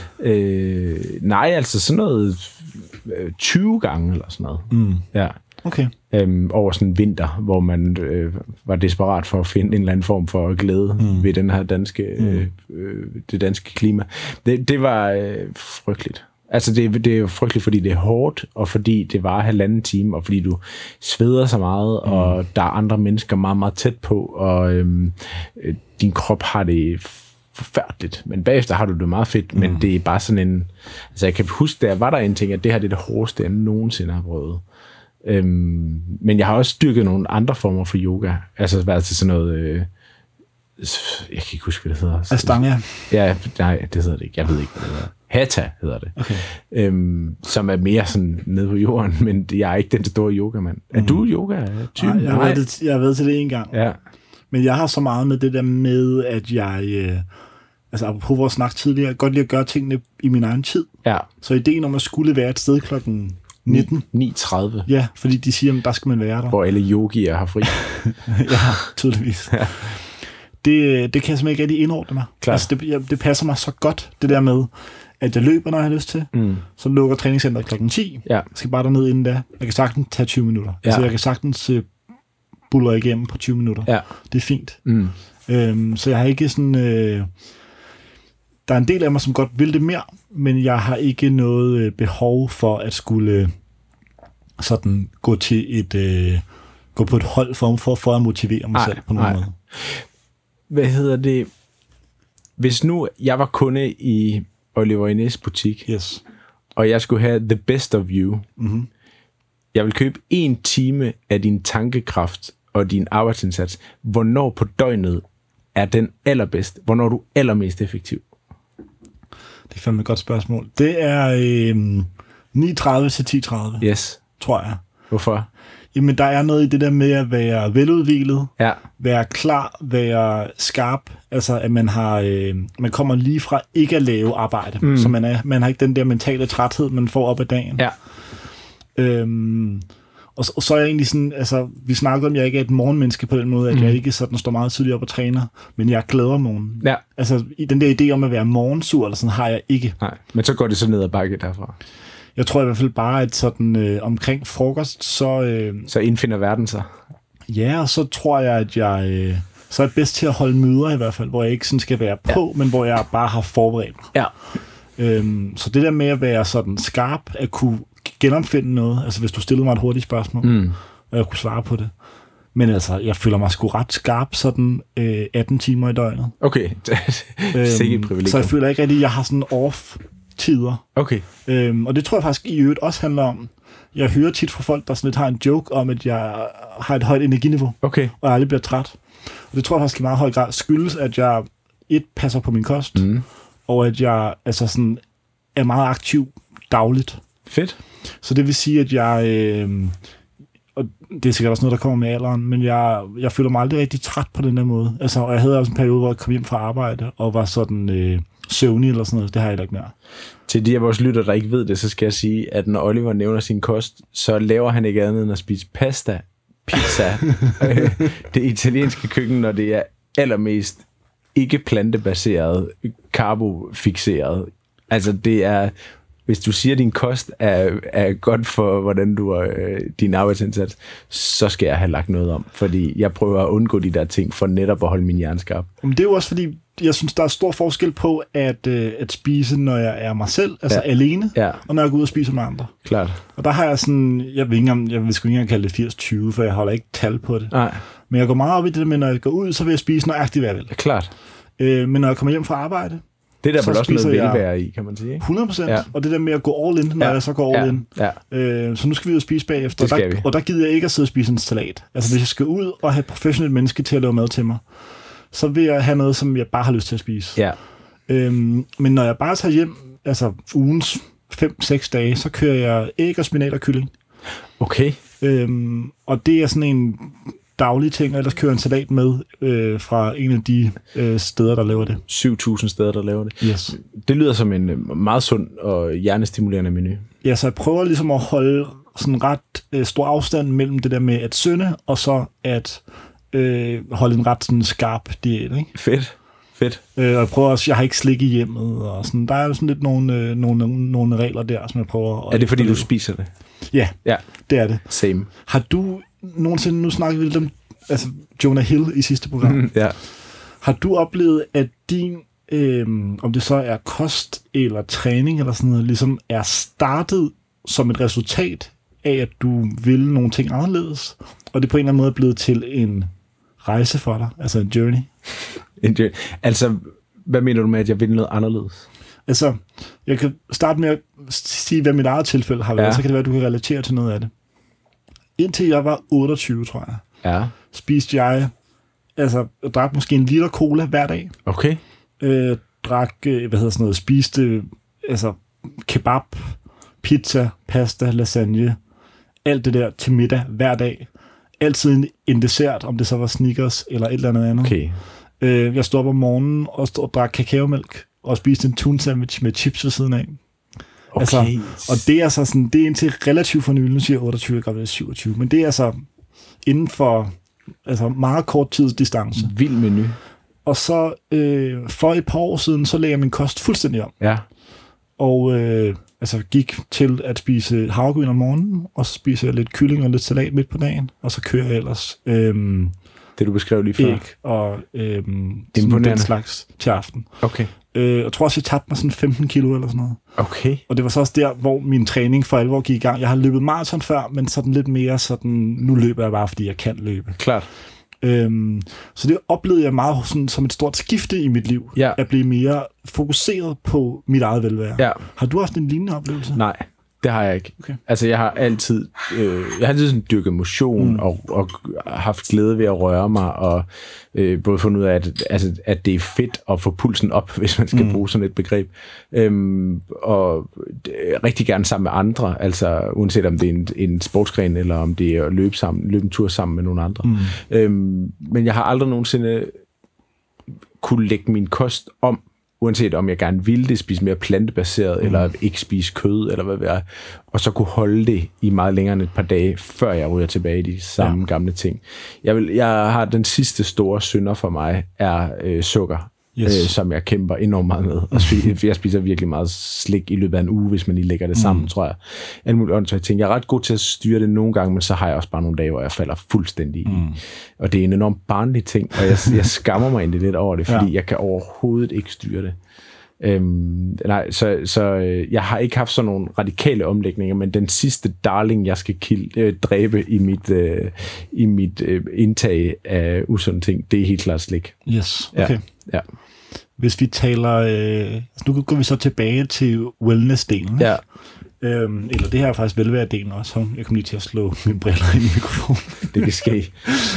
øh, nej, altså sådan noget tyve gange eller sådan noget. Mm. Ja.
Okay.
Øhm, over sådan en vinter, hvor man øh, var desperat for at finde en eller anden form for glæde mm. ved den her danske, øh, øh, det danske klima. Det, det var øh, frygteligt. Altså det, det er jo frygteligt, fordi det er hårdt, og fordi det var halvanden time, og fordi du sveder så meget, mm. og der er andre mennesker meget, meget tæt på, og øhm, øh, din krop har det forfærdeligt, men bagefter har du det meget fedt, mm. men det er bare sådan en... Altså jeg kan huske, der var der en ting, at det her det er det hårdeste, jeg nogensinde har prøvet. Øhm, men jeg har også styrket nogle andre former for yoga, altså været til sådan noget... Øh, jeg kan ikke huske, hvad det hedder.
Ashtanga?
Ja, nej, det hedder det ikke. Jeg ved ikke, hvad det hedder. Hatha hedder det. Okay. Øhm, som er mere sådan nede på jorden, men jeg er ikke den store yogemand. Er mm. du yoga-typen?
Nej, jeg har, været til, jeg har været til det en gang.
Ja.
Men jeg har så meget med det der med, at jeg, øh, altså apropos vores snak tidligere, godt lide at gøre tingene i min egen tid.
Ja.
Så ideen om at skulle være et sted klokken nitten.
ni tredive.
Ja, fordi de siger, at der skal man være der.
Hvor alle yogier har fri.
Ja, tydeligvis. Ja. Det, det kan jeg simpelthen ikke rigtig indordne mig.
Klar. Altså
det, jeg, det passer mig så godt, det der med, at jeg løber, når jeg har lyst til. Mm. Så lukker træningscenteret klokken ti. Ja. Jeg skal bare derned inden da. Jeg kan sagtens tage tyve minutter. Ja. Altså jeg kan sagtens uh, buller igennem på tyve minutter. Ja. Det er fint. Mm. Øhm, så jeg har ikke sådan... Øh, der er en del af mig, som godt vil det mere, men jeg har ikke noget øh, behov for at skulle øh, sådan gå til et... Øh, gå på et hold for, for, for at motivere mig ej, selv på nogen ej. måde.
Hvad hedder det? Hvis nu jeg var kunde i Oliver Ines butik,
yes.
og jeg skulle have the best of you, mm-hmm. jeg vil købe en time af din tankekraft og din arbejdsindsats. Hvornår på døgnet er den allerbedst? Hvornår er du allermest effektiv?
Det er fandme et godt spørgsmål. Det er øh, ni tredive til ti tredive,
yes.
tror jeg.
Hvorfor?
Jamen, der er noget i det der med at være veludviklet,
ja.
være klar, være skarp. Altså, at man har, øh, man kommer lige fra ikke at lave arbejde, mm. så man, er, man har ikke den der mentale træthed, man får op ad dagen.
Ja.
Øhm, og, og så er jeg egentlig sådan, altså, vi snakker om, at jeg ikke er et morgenmenneske på den måde, at mm. jeg ikke sådan står meget tidligt op og træner, men jeg glæder morgen. Ja. Altså, i den der idé om at være morgensur, eller sådan, har jeg ikke.
Nej, men så går det så ned ad bakke derfra.
Jeg tror i hvert fald bare, at sådan øh, omkring frokost, så... Øh,
så indfinder verden sig.
Ja, og så tror jeg, at jeg... Øh, så er jeg bedst til at holde møder i hvert fald, hvor jeg ikke sådan skal være på, ja. men hvor jeg bare har forberedt mig.
Ja.
Øhm, så det der med at være sådan skarp, at kunne genopfinde noget, altså hvis du stillede mig et hurtigt spørgsmål, mm. og jeg kunne svare på det. Men altså, jeg føler mig sgu ret skarp sådan øh, atten timer i døgnet.
Okay, sikkert privilegium.
Så jeg føler ikke rigtig, at jeg har sådan off tider.
Okay.
Øhm, og det tror jeg faktisk i øvrigt også handler om, jeg hører tit fra folk, der sådan lidt har en joke om, at jeg har et højt energiniveau,
okay.
og jeg aldrig bliver træt. Og det tror jeg faktisk i meget høj grad skyldes, at jeg et passer på min kost, mm. og at jeg altså sådan er meget aktiv dagligt.
Fedt.
Så det vil sige, at jeg, øh, og det er sikkert også noget, der kommer med alderen, men jeg, jeg føler mig aldrig rigtig træt på den der måde. Altså, og jeg havde også en periode, hvor jeg kom hjem fra arbejde, og var sådan... Øh, søvnig eller sådan noget, det har jeg ikke mere.
Til de af vores lytter, der ikke ved det, så skal jeg sige, at når Oliver nævner sin kost, så laver han ikke andet end at spise pasta, pizza, det italienske køkken, når det er allermest ikke plantebaseret, karbofixeret. Altså det er, hvis du siger, at din kost er, er godt for, hvordan du er øh, din arbejdsindsats, så skal jeg have lagt noget om, fordi jeg prøver at undgå de der ting, for netop at holde min hjerne skarp.
Men det er jo også fordi, jeg synes, der er stor forskel på at, øh, at spise, når jeg er mig selv, altså ja. alene,
ja.
og når jeg går ud og spiser med andre.
Klart.
Og der har jeg sådan, jeg ved ikke om, jeg vil sgu ikke engang kalde det firs tyve, for jeg holder ikke tal på det.
Nej.
Men jeg går meget op i det med, når jeg går ud, så vil jeg spise nøjagtigt, hvad jeg vil.
Ja, klart.
Øh, men når jeg kommer hjem fra arbejde,
det er der vel også noget velvære i, kan man sige. Ikke?
hundrede procent. Ja. Og det der med at gå all in, når ja. jeg så går all
ja.
in.
Ja.
Øh, så nu skal vi ud og spise bagefter.
Det skal
og, der,
vi.
og der gider jeg ikke at sidde og spise en salat. Altså hvis jeg skal ud og have et professionelt menneske til at lave mad til mig, så vil jeg have noget, som jeg bare har lyst til at spise.
Ja.
Øhm, men når jeg bare tager hjem, altså ugens fem seks dage, så kører jeg æg og spinat og kylling.
Okay.
Øhm, og det er sådan en daglig ting, og ellers kører en salat med øh, fra en af de øh, steder, der laver det.
syv tusind steder, der laver det.
Yes.
Det lyder som en meget sund og hjernestimulerende menu.
Ja, så jeg prøver ligesom at holde sådan ret øh, stor afstand mellem det der med at synde, og så at øh, holde en ret sådan skarp diæt, ikke?
Fedt. Fedt.
Øh, og jeg prøver også, jeg har ikke slik i hjemmet, og sådan. Der er sådan lidt nogle, øh, nogle, nogle regler der, som jeg prøver at...
Er det fordi, du spiser det?
Ja,
ja,
det er det.
Same.
Har du nogensinde, nu snakker vi lidt om altså Jonah Hill i sidste program,
mm, ja.
Har du oplevet, at din, øh, om det så er kost eller træning eller sådan noget, ligesom er startet som et resultat af, at du vil nogle ting anderledes, og det på en eller anden måde er blevet til en rejse for dig, altså en journey?
En journey. Altså, hvad mener du med, at jeg vil noget anderledes?
Altså, jeg kan starte med at sige, hvad mit eget tilfælde har været, ja. Så kan det være, at du kan relatere til noget af det. Indtil jeg var otteogtyve, tror jeg,
ja.
spiste jeg, altså, jeg drak måske en liter cola hver dag.
Okay.
Øh, drak, hvad hedder sådan noget, spiste, altså, kebab, pizza, pasta, lasagne, alt det der til middag hver dag. Altid en, en dessert, om det så var Snickers eller et eller andet andet.
Okay.
Øh, jeg stod op om morgenen og, stod og drak kakaomælk og spiste en tun sandwich med chips ved siden af.
Okay.
Altså, og det er så sådan, det er indtil relativt for nylig, nu siger jeg otteogtyve, jeg gør syvogtyve, men det er altså inden for altså meget kort tids distance.
Vild menu.
Og så øh, for et par år siden, så lagde jeg min kost fuldstændig om.
Ja.
Og øh, altså gik til at spise havregryn om morgenen, og så spiser jeg lidt kylling og lidt salat midt på dagen, og så kører jeg ellers øh,
det, du beskrev lige før.
æg og øh, sådan den slags til aften.
Okay.
Øh, jeg tror også, jeg tabte mig sådan femten kilo eller sådan noget.
Okay.
Og det var så også der, hvor min træning for alvor gik i gang. Jeg har løbet maraton før, men sådan lidt mere sådan, nu løber jeg bare, fordi jeg kan løbe.
Klart.
Øhm, så det oplevede jeg meget sådan, som et stort skifte i mit liv.
Ja.
At blive mere fokuseret på mit eget velvære.
Ja.
Har du haft en lignende oplevelse?
Nej, det har jeg ikke.
Okay.
Altså, jeg har altid, øh, jeg har altid sådan dyrket motion, mm. og, og haft glæde ved at røre mig, og øh, både fundet ud af, at, altså, at det er fedt at få pulsen op, hvis man skal mm. bruge sådan et begreb. Øhm, og øh, rigtig gerne sammen med andre, altså uanset om det er en, en sportsgren, eller om det er at løbe, sammen, løbe en tur sammen med nogle andre. Mm. Øhm, men jeg har aldrig nogensinde kunne lægge min kost om, uanset om jeg gerne ville det, spise mere plantebaseret, mm. eller ikke spise kød, eller hvad det er, og så kunne holde det i meget længere end et par dage, før jeg ryger tilbage i de samme ja. gamle ting. Jeg, vil, jeg har den sidste store synder for mig, er øh, sukker, yes. øh, som jeg kæmper enormt meget med. Og sp- jeg spiser virkelig meget slik i løbet af en uge, hvis man lige lægger det sammen, mm. tror jeg. Alt muligt åndssvagt ting. Jeg er ret god til at styre det nogle gange, men så har jeg også bare nogle dage, hvor jeg falder fuldstændig mm. i. Og det er en enormt barnlig ting, og jeg, jeg skammer mig egentlig lidt over det, fordi ja. jeg kan overhovedet ikke styre det. Øhm, nej, så, så øh, jeg har ikke haft sådan nogle radikale omlægninger, men den sidste darling, jeg skal kill, øh, dræbe i mit, øh, i mit øh, indtag af usunde ting, det er helt klart slik.
Yes, okay.
Ja, ja.
Hvis vi taler, øh, nu går vi så tilbage til wellness-delen.
Ja.
Øhm, eller det her er faktisk velvære-delen også. Jeg kommer lige til at slå mine briller ind i mikrofonen.
Det kan ske.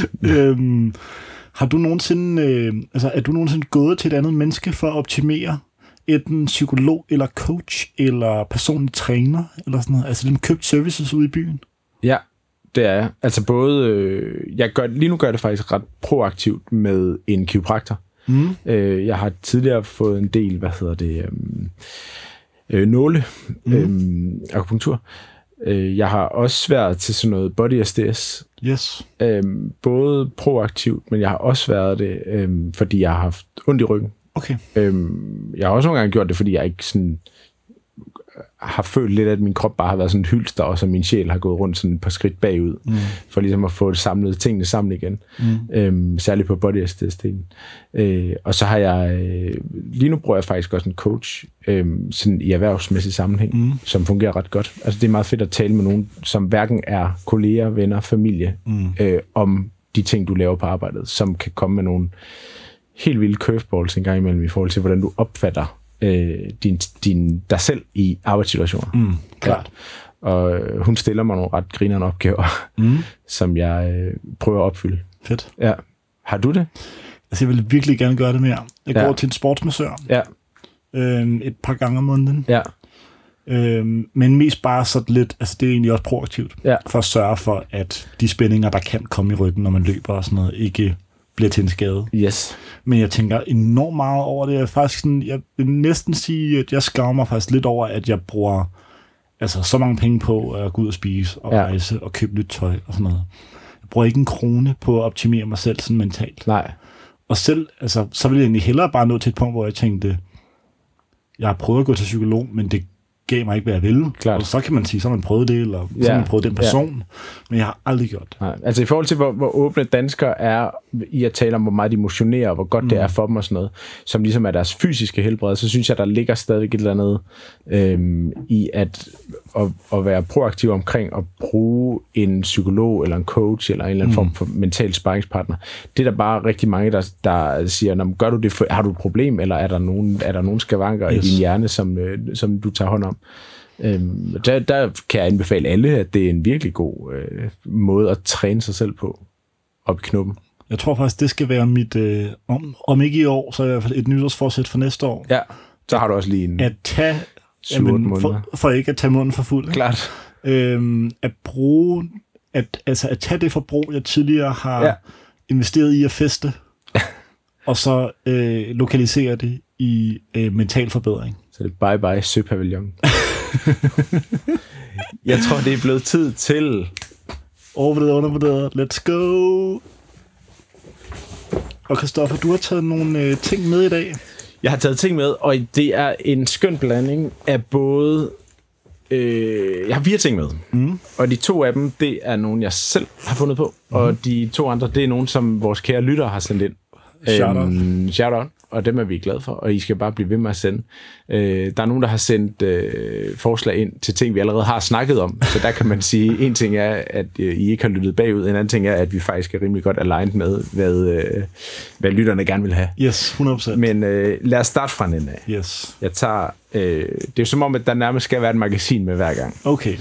øhm, har du nogensinde, øh, altså er du nogensinde gået til et andet menneske for at optimere? Enten psykolog, eller coach, eller personlig træner, eller sådan noget? Altså, dem købt services ude i byen?
Ja, det er jeg. Altså både, øh, jeg gør, lige nu gør jeg det faktisk ret proaktivt med en kiropraktor. Mm. Øh, jeg har tidligere fået en del, hvad hedder det, øh, nåle, mm. øh, akupunktur. Øh, jeg har også været til sådan noget body S D S.
Yes.
Øh, både proaktivt, men jeg har også været det, øh, fordi jeg har haft ondt i ryggen.
Okay.
Øhm, jeg har også nogle gange gjort det, fordi jeg ikke sådan har følt lidt, at min krop bare har været sådan en hylster, og så min sjæl har gået rundt sådan et par skridt bagud, mm. for ligesom at få det samlet, tingene sammen igen. Mm. Øhm, særligt på body aesthetics-delen. Øh, og så har jeg, øh, lige nu bruger jeg faktisk også en coach, øh, sådan i erhvervsmæssig sammenhæng, mm. som fungerer ret godt. Altså det er meget fedt at tale med nogen, som hverken er kolleger, venner, familie, mm. øh, om de ting, du laver på arbejdet, som kan komme med nogle helt vilde curveballs en gang imellem i forhold til, hvordan du opfatter øh, din, din, dig selv i arbejdssituationer.
Mm, klart.
Ja. Og hun stiller mig nogle ret grinerende opgaver, mm. som jeg øh, prøver at opfylde.
Fedt.
Ja. Har du det?
Altså, jeg vil virkelig gerne gøre det mere. Jeg
ja.
går til en sportsmassør
ja.
øh, et par gange om måneden.
Ja.
Øh, men mest bare sådan lidt, altså det er egentlig også proaktivt,
ja.
for at sørge for, at de spændinger, der kan komme i ryggen, når man løber og sådan noget, ikke bliver til en skade.
Yes.
Men jeg tænker enormt meget over det. Jeg, faktisk sådan, jeg vil næsten sige, at jeg skammer mig faktisk lidt over, at jeg bruger altså, så mange penge på at gå ud og spise og ja. rejse og købe nyt tøj og sådan noget. Jeg bruger ikke en krone på at optimere mig selv sådan mentalt.
Nej. Og
selv, altså, så vil jeg egentlig hellere bare nå til et punkt, hvor jeg tænkte, jeg har prøvet at gå til psykolog, men det gav mig ikke, hvad jeg ville. Klart. Og så kan man sige, så har man prøvet det, eller så har ja. man prøvet den person, ja. men jeg har aldrig gjort det.
Nej. Altså i forhold til, hvor, hvor åbne danskere er i at tale om, hvor meget de motionerer, og hvor godt mm. det er for dem og sådan noget, som ligesom er deres fysiske helbred, så synes jeg, der ligger stadigvæk et eller andet øhm, i at, at, at være proaktiv omkring at bruge en psykolog, eller en coach, eller en eller anden mm. form for mental sparringspartner. Det er der bare rigtig mange, der, der siger, gør du det for, har du et problem, eller er der nogen, er der nogen skavanker yes. i din hjerne, som, øh, som du tager hånd om? Øhm, der, der kan jeg anbefale alle, at det er en virkelig god øh, måde at træne sig selv på op i knuppen.
Jeg tror faktisk, det skal være mit, øh, om, om ikke i år, så i hvert fald et nytårsforsæt for næste år.
Ja, så har du også lige en
at tage, jamen, for, for ikke at tage munden for fuld.
Klart.
Øhm, at bruge, at, altså at tage det forbrug, jeg tidligere har ja. investeret i at feste, og så øh, lokalisere det i øh, mental forbedring.
Så det er bye bye Søpavillon. Jeg tror, det er blevet tid til...
Overvurderet, undervurderet. Let's go! Og Christoffer, du har taget nogle øh, ting med i dag.
Jeg har taget ting med, og det er en skøn blanding af både... Øh, jeg har fire ting med. Mm. Og de to af dem, det er nogen, jeg selv har fundet på. Mm. Og de to andre, det er nogen, som vores kære lyttere har sendt ind.
Shout-out.
Øhm, shout-out. Og dem er vi glade for, og I skal bare blive ved med at sende. Øh, der er nogen, der har sendt øh, forslag ind til ting, vi allerede har snakket om, så der kan man sige, en ting er, at øh, I ikke har lyttet bagud, en anden ting er, at vi faktisk er rimelig godt aligned med, hvad, øh, hvad lytterne gerne vil have.
Yes, hundrede procent.
Men øh, lad os starte fra en ende af.
Yes.
Jeg tager, øh, det er jo som om, at der nærmest skal være et magasin med hver gang.
Okay.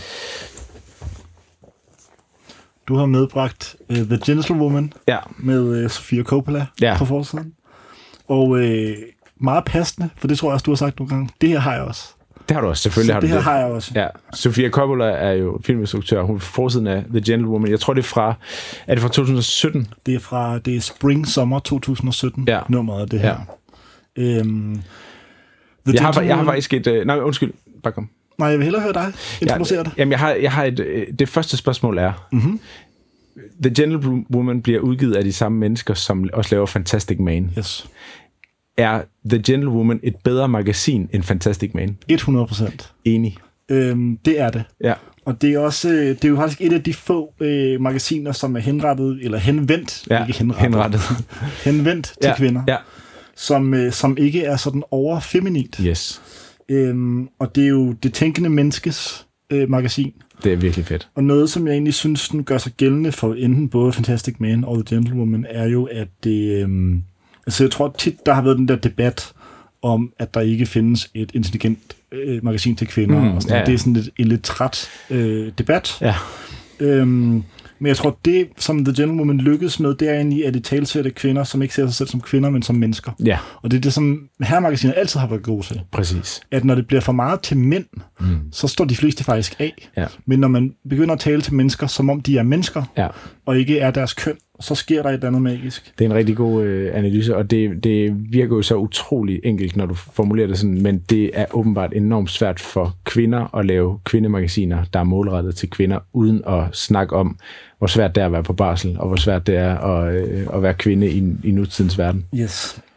Du har medbragt uh, The Gentlewoman
ja.
med uh, Sofia Coppola
ja.
på forsiden. Og øh, meget passende, for det tror jeg også, du har sagt nogle gange. Det her har jeg også.
Det har du også, selvfølgelig
så
har
det
du
her
det.
har jeg også.
Ja. Sofia Coppola er jo filminstruktør. Hun er forsiden af The Gentlewoman. Jeg tror, det er fra... Er det fra to tusind og sytten?
Det er fra... Det er Spring Summer to tusind og sytten,
ja.
nummeret af det her.
Ja. Øhm, jeg, har, jeg har faktisk et... Uh, nej, undskyld. Bare kom.
Nej, jeg vil hellere høre dig introducere
ja,
det.
Jamen, jeg har, jeg har et... Det første spørgsmål er... Mm-hmm. The Gentlewoman bliver udgivet af de samme mennesker, som også laver Fantastic Man.
Yes.
Er The Gentlewoman et bedre magasin end Fantastic Man?
hundrede procent.
Enig.
Øhm, det er det.
Ja.
Og det er også, det er jo faktisk et af de få øh, magasiner, som er henrettet, eller henvendt,
ja,
ikke henrettet,
henrettet.
henvendt til
ja,
kvinder,
ja.
Som, øh, som ikke er sådan overfeminint.
Yes.
Øhm, og det er jo det tænkende menneskes øh, magasin.
Det er virkelig fedt.
Og noget, som jeg egentlig synes, den gør sig gældende for enten både Fantastic Man og The Gentlewoman, er jo, at det... Øhm, altså, jeg tror tit, der har været den der debat om, at der ikke findes et intelligent øh, magasin til kvinder. Mm, og sådan. Ja. Det er sådan lidt, en lidt træt øh, debat.
Ja.
Øhm, men jeg tror, det, som The Gentlewoman lykkes med, det er egentlig, at det talsætter kvinder, som ikke ser sig selv som kvinder, men som mennesker.
Ja.
Og det er det, som herremagasinet altid har været gode til.
Præcis.
At når det bliver for meget til mænd, mm. så står de fleste faktisk af.
Ja.
Men når man begynder at tale til mennesker, som om de er mennesker,
ja.
og ikke er deres køn, så sker der et eller andet magisk.
Det er en rigtig god øh, analyse, og det, det virker jo så utrolig enkelt, når du formulerer det sådan, men det er åbenbart enormt svært for kvinder at lave kvindemagasiner, der er målrettet til kvinder, uden at snakke om, hvor svært det er at være på barsel, og hvor svært det er at, øh, at være kvinde i, i nutidens verden.
Yes.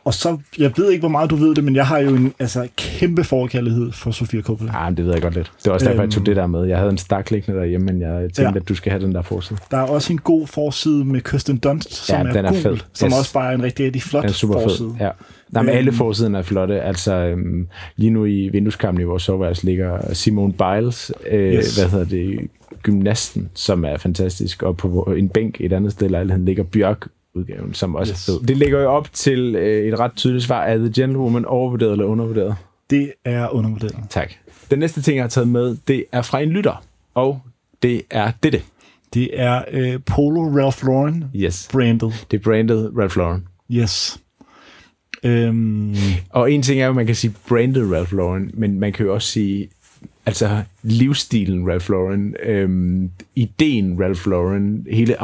Og så, jeg ved ikke, hvor meget du ved det, men jeg har jo en altså, kæmpe forkærlighed for Sofia Coppola.
Ja, det ved jeg godt lidt. Det var også derfor, øhm, jeg tog det der med. Jeg havde en stak liggende derhjemme, men jeg tænkte, ja. at du skal have den der forside.
Der er også en god forside med Kirsten Dunst, som ja, er, er gul, fed. Som yes. også bare er en rigtig, rigtig flot forside.
Fed. Ja. Nej, men alle forsiderne er flotte. Altså, øhm, lige nu i vindueskampen i vores soveværelse ligger Simone Biles, øh, yes. hvad hedder det, gymnasten, som er fantastisk, og på en bænk et andet sted i lejligheden ligger Bjørk, udgaven, som også yes. er fed. Det ligger jo op til øh, et ret tydeligt svar. Er The Gentlewoman overvurderet eller undervurderet?
Det er undervurderet.
Tak. Den næste ting, jeg har taget med, det er fra en lytter, og det er dette.
Det er øh, Polo Ralph Lauren
yes.
branded.
Det er branded Ralph Lauren.
Yes. Um...
Og en ting er jo, man kan sige branded Ralph Lauren, men man kan jo også sige altså livsstilen Ralph Lauren, øhm, ideen Ralph Lauren, hele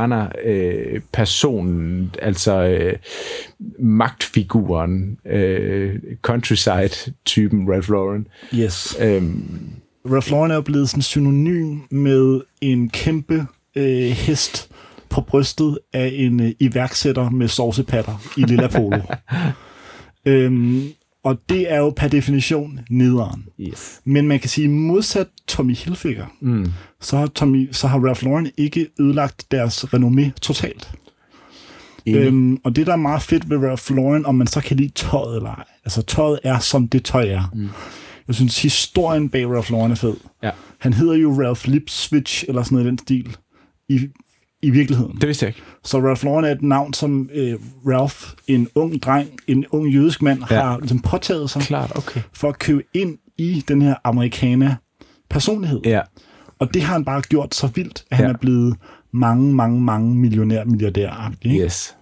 amerikaner-personen, øh, altså øh, magtfiguren, øh, countryside-typen Ralph Lauren.
Yes. Øhm, Ralph Lauren er jo blevet sådan synonym med en kæmpe øh, hest på brystet af en øh, iværksætter med sovsepatter i lilla polo. øhm, Og det er jo per definition nederen.
Yes.
Men man kan sige, modsat Tommy Hilfiger, mm. så, har Tommy, så har Ralph Lauren ikke ødelagt deres renommé totalt. Øhm, og det, der er meget fedt ved Ralph Lauren, om man så kan lide tøjet eller ej. Altså, tøjet er, som det tøj er. Mm. Jeg synes, historien bag Ralph Lauren er fed. Ja. Han hedder jo Ralph Lipswich, eller sådan noget i den stil, i i virkeligheden.
Det vidste jeg ikke.
Så Ralph Lauren er et navn, som øh, Ralph, en ung dreng, en ung jødisk mand, ja. har ligesom påtaget sig
Klart, okay.
for at købe ind i den her amerikaner-personlighed.
Ja.
Og det har han bare gjort så vildt, at han
ja.
er blevet mange, mange, mange millionær, milliardær-agtig.
Yes.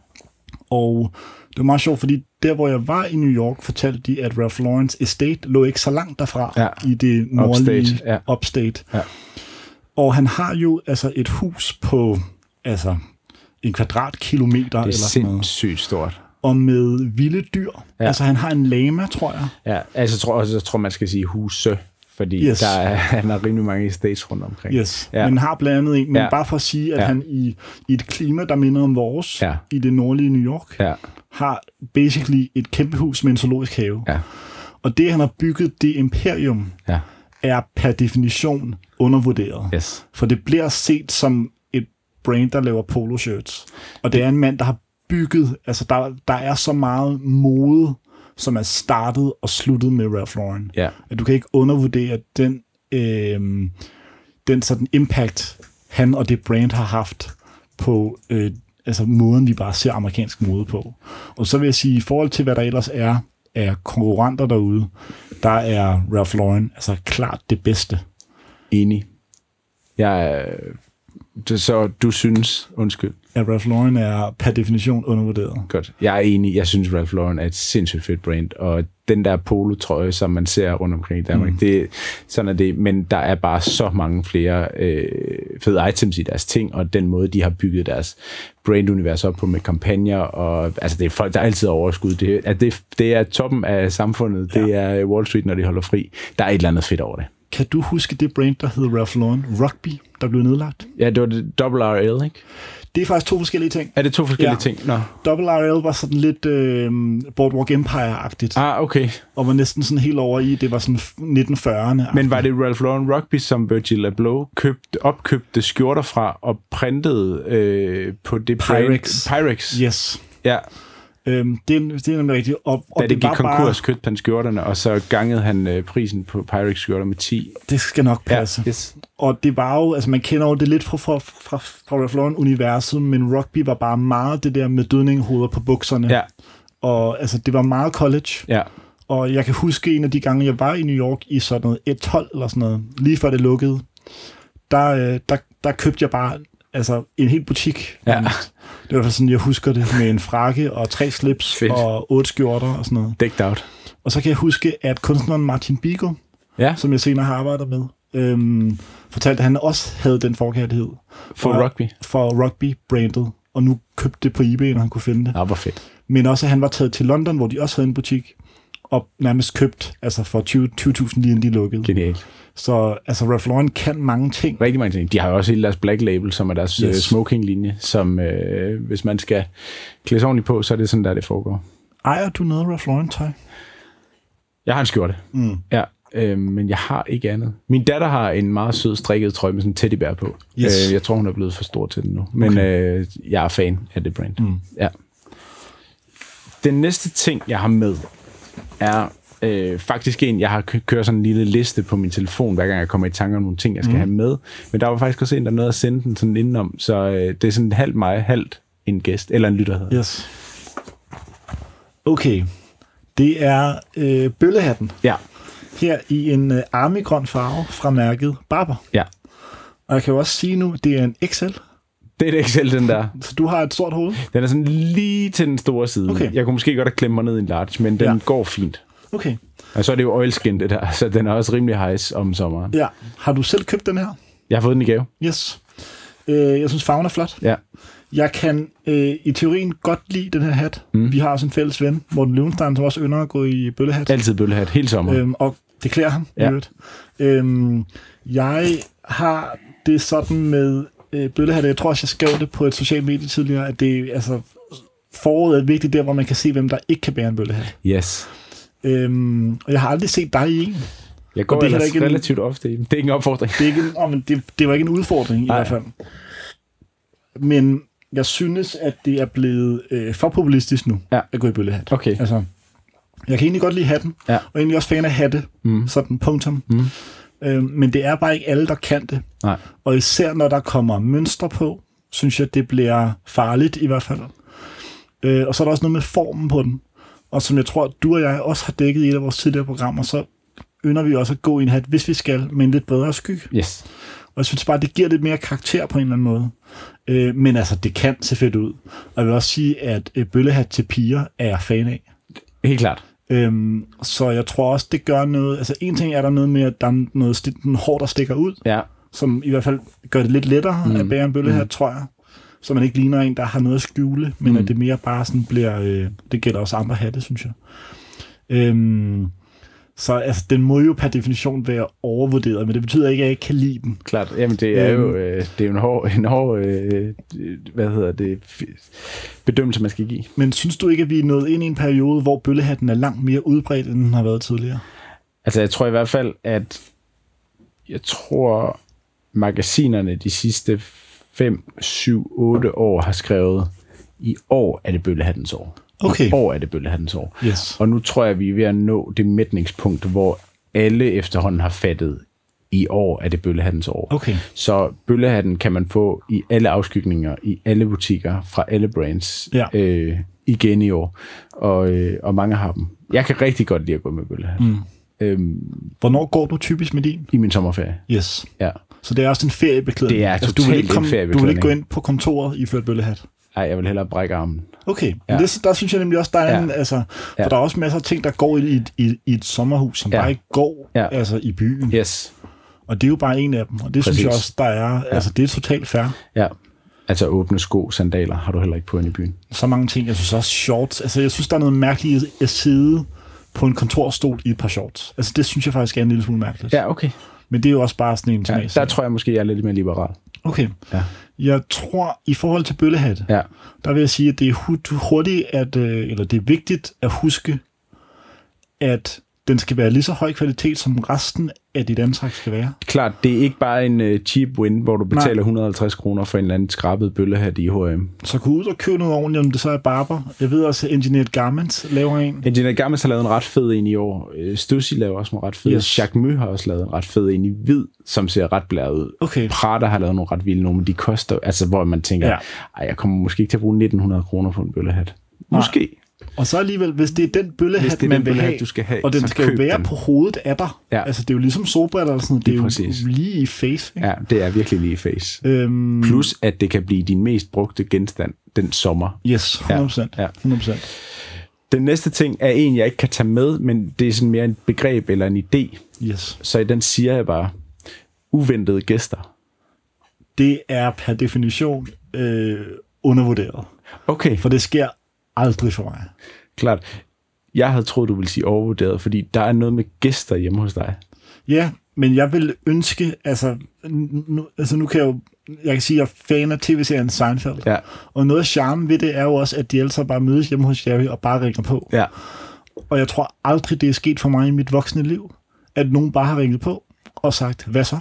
Og det var meget sjovt, fordi der, hvor jeg var i New York, fortalte de, at Ralph Laurens estate lå ikke så langt derfra ja. i det nordlige upstate. Ja. upstate. Ja. Og han har jo altså et hus på altså en kvadratkilometer eller sådan noget.
Det er sindssygt stort.
Og med vilde dyr. Ja. Altså han har en lama, tror jeg.
Ja, altså jeg tror også, jeg tror man skal sige huse, fordi yes. der er, han har rimelig mange estates rundt omkring.
Yes, ja. Men har blandt andet en, men
ja.
bare for at sige, at ja. han i, i et klima, der minder om vores,
ja.
i det nordlige New York,
ja.
har basically et kæmpe hus med en zoologisk have.
Ja.
Og det, han har bygget, det imperium, ja. er per definition undervurderet.
Yes.
For det bliver set som et brand, der laver poloshirts. Og det er en mand, der har bygget, altså der, der er så meget mode, som er startet og sluttet med Ralph Lauren.
Ja.
At du kan ikke undervurdere den, øh, den sådan impact, han og det brand har haft på øh, altså måden, vi bare ser amerikansk mode på. Og så vil jeg sige, i forhold til, hvad der ellers er af konkurrenter derude, der er Ralph Lauren altså klart det bedste.
Enig. Jeg det, så du synes, undskyld.
Ja, Ralph Lauren er per definition undervurderet.
Godt. Jeg er enig. Jeg synes, Ralph Lauren er et sindssygt fedt brand, og den der polotrøje, som man ser rundt omkring i Danmark, mm. det, sådan er det, men der er bare så mange flere øh, fede items i deres ting, og den måde, de har bygget deres brandunivers op på med kampagner, og altså det er folk, der er altid overskud. Det, at det, det er toppen af samfundet, ja. Det er Wall Street, når de holder fri. Der er et eller andet fedt over det.
Kan du huske det brand, der hedder Ralph Lauren Rugby, der blev nedlagt?
Ja, det var det double R L, ikke?
Det er faktisk to forskellige ting.
Er det to forskellige ja. ting? Nå.
double R L var sådan lidt øh, Boardwalk Empire-agtigt.
Ah, okay.
Og var næsten sådan helt over i, det var sådan nitten fyrrerne.
Men var det Ralph Lauren Rugby, som Virgil Abloh købte, opkøbte skjorter fra og printede øh, på det
Pyrex.
brand? Pyrex.
Yes.
Ja.
Øhm, det, er, det er nemlig rigtigt. Og, og
da det, det gik konkurs, bare... købte han skjorterne, og så gangede han øh, prisen på Pyrex-skjorter med ti.
Det skal nok passe.
Ja, yes.
Og det var jo, altså man kender jo det lidt fra, fra, fra, fra Ralph Lauren-universet, men rugby var bare meget det der med dødningehoveder på bukserne.
Ja.
Og altså, det var meget college.
Ja. Og
jeg kan huske en af de gange, jeg var i New York i sådan noget et tolv eller sådan noget, lige før det lukkede, der, der, der købte jeg bare altså en hel butik.
Ja.
Det var sådan, jeg husker det, med en frakke og tre slips Fedt. og otte skjorter og sådan noget.
Decked out.
Og så kan jeg huske, at kunstneren Martin Bigo, ja. som jeg senere har arbejdet med, øhm, fortalte, at han også havde den forkærlighed.
For
og,
rugby?
For rugby-brandet. Og nu købte det på eBay, når han kunne finde det.
Ja, hvor fedt.
Men også, at han var taget til London, hvor de også havde en butik, og nærmest købt altså for tyve tusind lige inden de lukkede.
Genialt.
Så altså, Ralph Lauren kan mange ting.
Rigtig mange ting. De har jo også hele deres Black Label, som er deres yes. smoking-linje, som øh, hvis man skal klæde sig ordentligt på, så er det sådan, der det foregår.
Ejer du noget Ralph Lauren tøj?
Jeg har en skjorte.
Mm.
Ja, øh, men jeg har ikke andet. Min datter har en meget sød strikket trøje med sådan en teddybær på.
Yes.
Øh, jeg tror, hun er blevet for stor til den nu. Men okay. øh, jeg er fan af det brand.
Mm.
Ja. Den næste ting, jeg har med, er øh, faktisk en, jeg har kø- kørt sådan en lille liste på min telefon, hver gang jeg kommer i tanke om nogle ting, jeg skal mm. have med. Men der var faktisk også en, der nåede at sende den sådan indenom, så øh, det er sådan halvt mig, halvt en gæst, eller en lytter hedder.
Yes. Okay. Det er øh, bøllehatten.
Ja.
Her i en øh, armigrøn farve fra mærket Barber.
Ja.
Og jeg kan jo også sige nu, det er en X L.
Det er det Excel, den der.
Så du har et stort hoved?
Den er sådan lige til den store side.
Okay.
Jeg kunne måske godt have klemt mig ned i en large, men den
Ja.
går fint.
Okay.
Og så er det jo oilskin, det der, så den er også rimelig hejs om sommeren.
Ja. Har du selv købt den her?
Jeg har fået den i gave.
Yes. Øh, jeg synes, farven er flot.
Ja.
Jeg kan øh, i teorien godt lide den her hat. Mm. Vi har også en fælles ven, Morten Løvenstein, som også ynder at gå i bøllehat.
Altid bøllehat, hele sommer.
Øhm, og det klæder ham.
Ja.
Øhm, jeg har det sådan med øh, bøllehat, jeg tror også, jeg skrev det på et socialt medie tidligere, at det altså foråret er vigtigt der, hvor man kan se, hvem der ikke kan bære en bøllehat.
Yes.
Øhm, og jeg har aldrig set dig i en.
Jeg går
Og det er
ellers
heller ikke en-
relativt ofte i den. Det er ikke en opfordring.
Det, er ikke en, oh, men det, det var ikke en udfordring i
Nej.
hvert fald. Men jeg synes, at det er blevet øh, for populistisk nu,
Ja.
at gå i bøllehat.
Okay.
Altså, jeg kan egentlig godt lide hatten,
Ja.
og egentlig også fan af hatte,
Mm.
sådan punktum.
Mm.
Øh, men det er bare ikke alle, der kan det.
Nej.
Og især når der kommer mønstre på, synes jeg, det bliver farligt i hvert fald. Øh, og så er der også noget med formen på den. Og som jeg tror, du og jeg også har dækket i et af vores tidligere programmer, så ynder vi også at gå i en hat, hvis vi skal, med en lidt bredere sky.
Yes.
Og jeg synes bare, det giver lidt mere karakter på en eller anden måde. Øh, men altså, det kan se fedt ud. Og jeg vil også sige, at øh, bøllehat til piger er jeg fan af.
Helt klart.
Øhm, så jeg tror også, det gør noget. Altså, en ting er der noget med, at der er noget sti- hår, der stikker ud,
Ja.
som i hvert fald gør det lidt lettere mm. at bære en bøllehat, mm. tror jeg. Så man ikke ligner en, der har noget at skjule, men mm. at det mere bare sådan bliver... Øh, det gælder også andre hatte, synes jeg. Øhm, så altså, den må jo per definition være overvurderet, men det betyder ikke, at jeg ikke kan lide den.
Klart. Jamen, det er jo øh, det er jo en hård, en hård øh, hvad hedder det, bedømmelse, man skal give.
Men synes du ikke, at vi er nået ind i en periode, hvor bøllehatten er langt mere udbredt, end den har været tidligere?
Altså, jeg tror i hvert fald, at jeg tror, magasinerne de sidste fem, syv, otte år har skrevet, i år er det bøllehattens år.
Okay.
I år er det bøllehattens år.
Yes.
Og nu tror jeg, vi er ved at nå det mætningspunkt, hvor alle efterhånden har fattet, i år er det bøllehattens år.
Okay.
Så bøllehatten kan man få i alle afskygninger, i alle butikker, fra alle brands,
Ja.
øh, igen i år. Og, øh, og mange har dem. Jeg kan rigtig godt lide at gå med bøllehat.
Mm.
Øhm,
Hvornår går du typisk med din?
I min sommerferie.
Yes.
Ja.
Så det er også en feriebeklædning.
Det er
du vil
totalt
ikke komme,
en
Du vil ikke
feriebeklædning.
gå ind på kontoret i ført bøllehat?
Ej, jeg vil hellere brække armen.
Okay,
Ja.
men det, der synes jeg nemlig også, der er
Ja.
en, altså, for
Ja.
der er også masser af ting, der går i et, i, i et sommerhus, som
Ja.
bare ikke går
Ja.
altså, i byen.
Yes.
Og det er jo bare en af dem, og det
Præcis.
synes jeg også, der er, altså det er totalt fair.
Ja. Altså åbne sko, sandaler har du heller ikke på inde i byen.
Så mange ting, jeg synes også shorts, altså jeg synes, der er noget mærkeligt at sidde på en kontorstol i et par shorts. Altså det synes jeg faktisk er en lille smule mærkeligt.
Ja, okay.
Men det er jo også bare sådan en
Ja,
smag.
der tror jeg måske, jeg er lidt mere liberal.
Okay.
Ja.
Jeg tror, i forhold til bøllehat,
Ja.
der vil jeg sige, at det er hu- hurtigt, at, øh, eller det er vigtigt at huske, at den skal være lige så høj kvalitet, som resten af dit antræk skal være.
Klart, det er ikke bare en uh, cheap win, hvor du betaler
Nej.
et hundrede og halvtreds kroner for en eller anden skrabet bøllehat i H og M.
Så gå ud og købe noget ordentligt, om det så er Barber. Jeg ved også, at Engineered Garments laver en.
Engineer Garments har lavet en ret fed en i år. Øh, Stussy laver også en ret fed.
Yes.
Jacques Mø har også lavet en ret fed en i hvid, som ser ret blæret ud.
Okay.
Prada har lavet nogle ret vilde nogle, men de koster, altså hvor man tænker,
Ja.
ja. ej, jeg kommer måske ikke til at bruge nitten hundrede kroner på en bøllehat. Måske.
Og så alligevel, hvis det er den bøllehat,
Hvis det er
man
den
vil
bøllehat,
have,
du skal have,
og den
så
skal jo
køb
være
den.
på hovedet af dig.
Ja.
Altså, det er jo ligesom solbriller eller sådan noget. Det er
Lige
jo
præcis.
lige i face. Ikke?
Ja, det er virkelig lige face.
Øhm,
Plus, at det kan blive din mest brugte genstand den sommer.
Yes, hundrede procent.
Ja.
hundrede procent.
Den næste ting er en, jeg ikke kan tage med, men det er sådan mere et begreb eller en idé.
Yes.
Så i den siger jeg bare, uventede gæster.
Det er per definition øh, undervurderet.
Okay,
For det sker aldrig for mig.
klart. Jeg havde troet, du ville sige overvurderet, fordi der er noget med gæster hjemme hos dig.
Ja, men jeg vil ønske, altså nu, altså nu kan jeg jo, jeg kan sige, at jeg er fan af tv-serien Seinfeld.
Ja.
Og noget af charmen ved det er jo også, at de alle sammen bare mødes hjemme hos Jerry og bare ringer på.
Ja.
Og jeg tror aldrig, det er sket for mig i mit voksne liv, at nogen bare har ringet på og sagt, hvad så?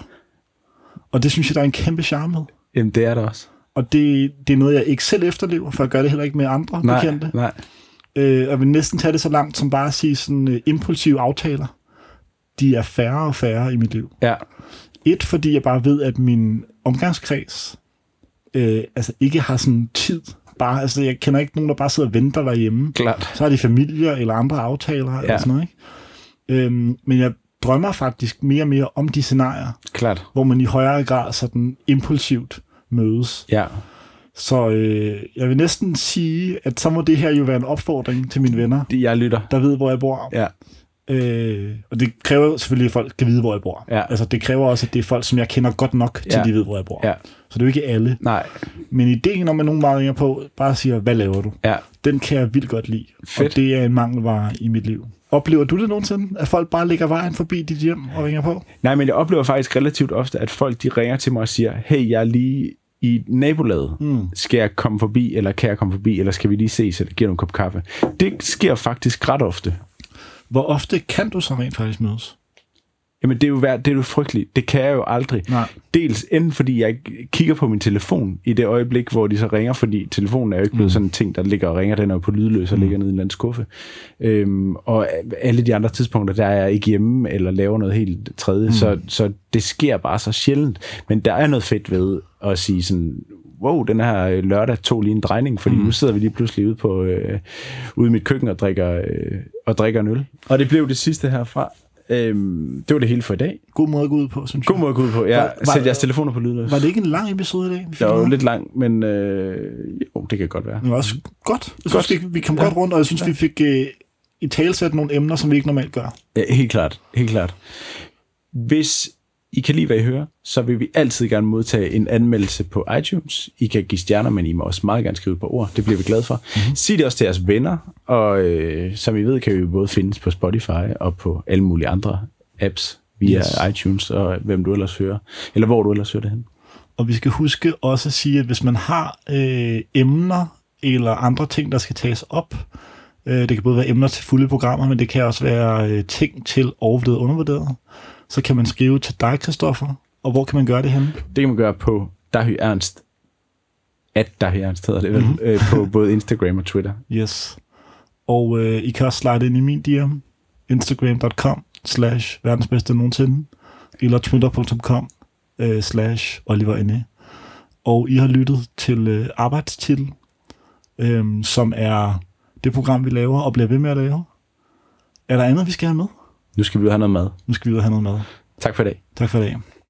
Og det synes jeg, der er en kæmpe charme med.
Jamen, det er det også.
Og det, det er noget, jeg ikke selv efterlever, for jeg gør det heller ikke med andre
nej,
bekendte.
Nej.
Øh, jeg vil næsten tage det så langt, som bare at sige sådan uh, impulsive aftaler. De er færre og færre i mit liv.
Ja.
Et, fordi jeg bare ved, at min omgangskreds øh, altså ikke har sådan tid. Bare, altså, jeg kender ikke nogen, der bare sidder og venter derhjemme.
Klart.
Så har de familier eller andre aftaler. Ja. Eller sådan noget, ikke? Øhm, men jeg drømmer faktisk mere og mere om de scenarier,
Klart.
hvor man i højere grad sådan impulsivt mødes.
Ja.
Så øh, jeg vil næsten sige, at så må det her jo være en opfordring til mine venner,
Det, jeg lytter.
der ved, hvor jeg bor.
Ja.
Øh, og det kræver selvfølgelig, at folk kan vide, hvor jeg bor.
Ja.
Altså, det kræver også, at det er folk, som jeg kender godt nok, til
Ja.
de ved, hvor jeg bor.
Ja.
Så det er jo ikke alle.
Nej.
Men ideen om, at nogen bare ringer på, bare siger, hvad laver du?
Ja.
Den kan jeg vildt godt lide.
Fedt.
Og det er en mangelvare i mit liv. Oplever du det nogensinde, at folk bare lægger vejen forbi dit hjem og ringer på?
Nej, men jeg oplever faktisk relativt ofte, at folk de ringer til mig og siger, hey, jeg er lige i nabolaget. Mm. Skal jeg komme forbi, eller kan jeg komme forbi, eller skal vi lige ses, eller give en kop kaffe? Det sker faktisk ret ofte.
Hvor ofte kan du så rent faktisk mødes?
Jamen, det er jo, værd, det er jo frygteligt. Det kan jeg jo aldrig.
Nej.
Dels enten fordi jeg kigger på min telefon i det øjeblik, hvor de så ringer, fordi telefonen er jo ikke blevet mm. sådan en ting, der ligger og ringer, den er jo på lydløs og mm. ligger nede i en eller anden skuffe. Øhm, og alle de andre tidspunkter, der er jeg ikke hjemme eller laver noget helt tredje, mm. så, så det sker bare så sjældent. Men der er noget fedt ved at sige sådan, wow, den her lørdag tog lige en drejning, fordi mm. nu sidder vi lige pludselig ude, på, øh, ude i mit køkken og drikker, øh, og drikker en øl. Og det blev det sidste herfra. Øhm, det var det hele for i dag.
God måde at gå ud på, synes jeg.
God måde at gå ud på, ja. Sæt jeres telefoner på lydløs.
Var det ikke en lang episode i dag?
Det var jo lidt lang, men øh, jo, det kan godt være.
Det var også godt. Jeg
godt.
synes, vi, vi kom ja. godt rundt, og jeg synes, ja. vi fik øh, i talsat nogle emner, som vi ikke normalt gør.
Ja, helt klart, helt klart. Hvis I kan lide, hvad I hører, så vil vi altid gerne modtage en anmeldelse på iTunes. I kan give stjerner, men I må også meget gerne skrive på ord. Det bliver vi glade for. Mm-hmm. Sig det også til jeres venner, og øh, som I ved, kan vi både findes på Spotify og på alle mulige andre apps via yes. iTunes, og hvem du ellers hører, eller hvor du ellers hører det hen.
Og vi skal huske også at sige, at hvis man har øh, emner eller andre ting, der skal tages op, øh, det kan både være emner til fulde programmer, men det kan også være øh, ting til overvurderet og undervurderet, så kan man skrive til dig, Christoffer. Og hvor kan man gøre det henne?
Det kan man gøre på Dahy Ernst. At Dahy Ernst hedder det vel. Mm-hmm. Øh, på både Instagram og Twitter.
Yes. Og øh, I kan også slide ind i min D M. Instagram punktum com slash verdensbedste nogensinde. Eller twitter punktum com øh, slash Oliver N. Og I har lyttet til øh, Arbejdstitel, øh, som er det program, vi laver og bliver ved med at lave. Er der andet, vi skal have med?
Nu skal vi ud og have noget mad.
Nu skal vi ud og have noget mad.
Tak for i dag.
Tak for i dag.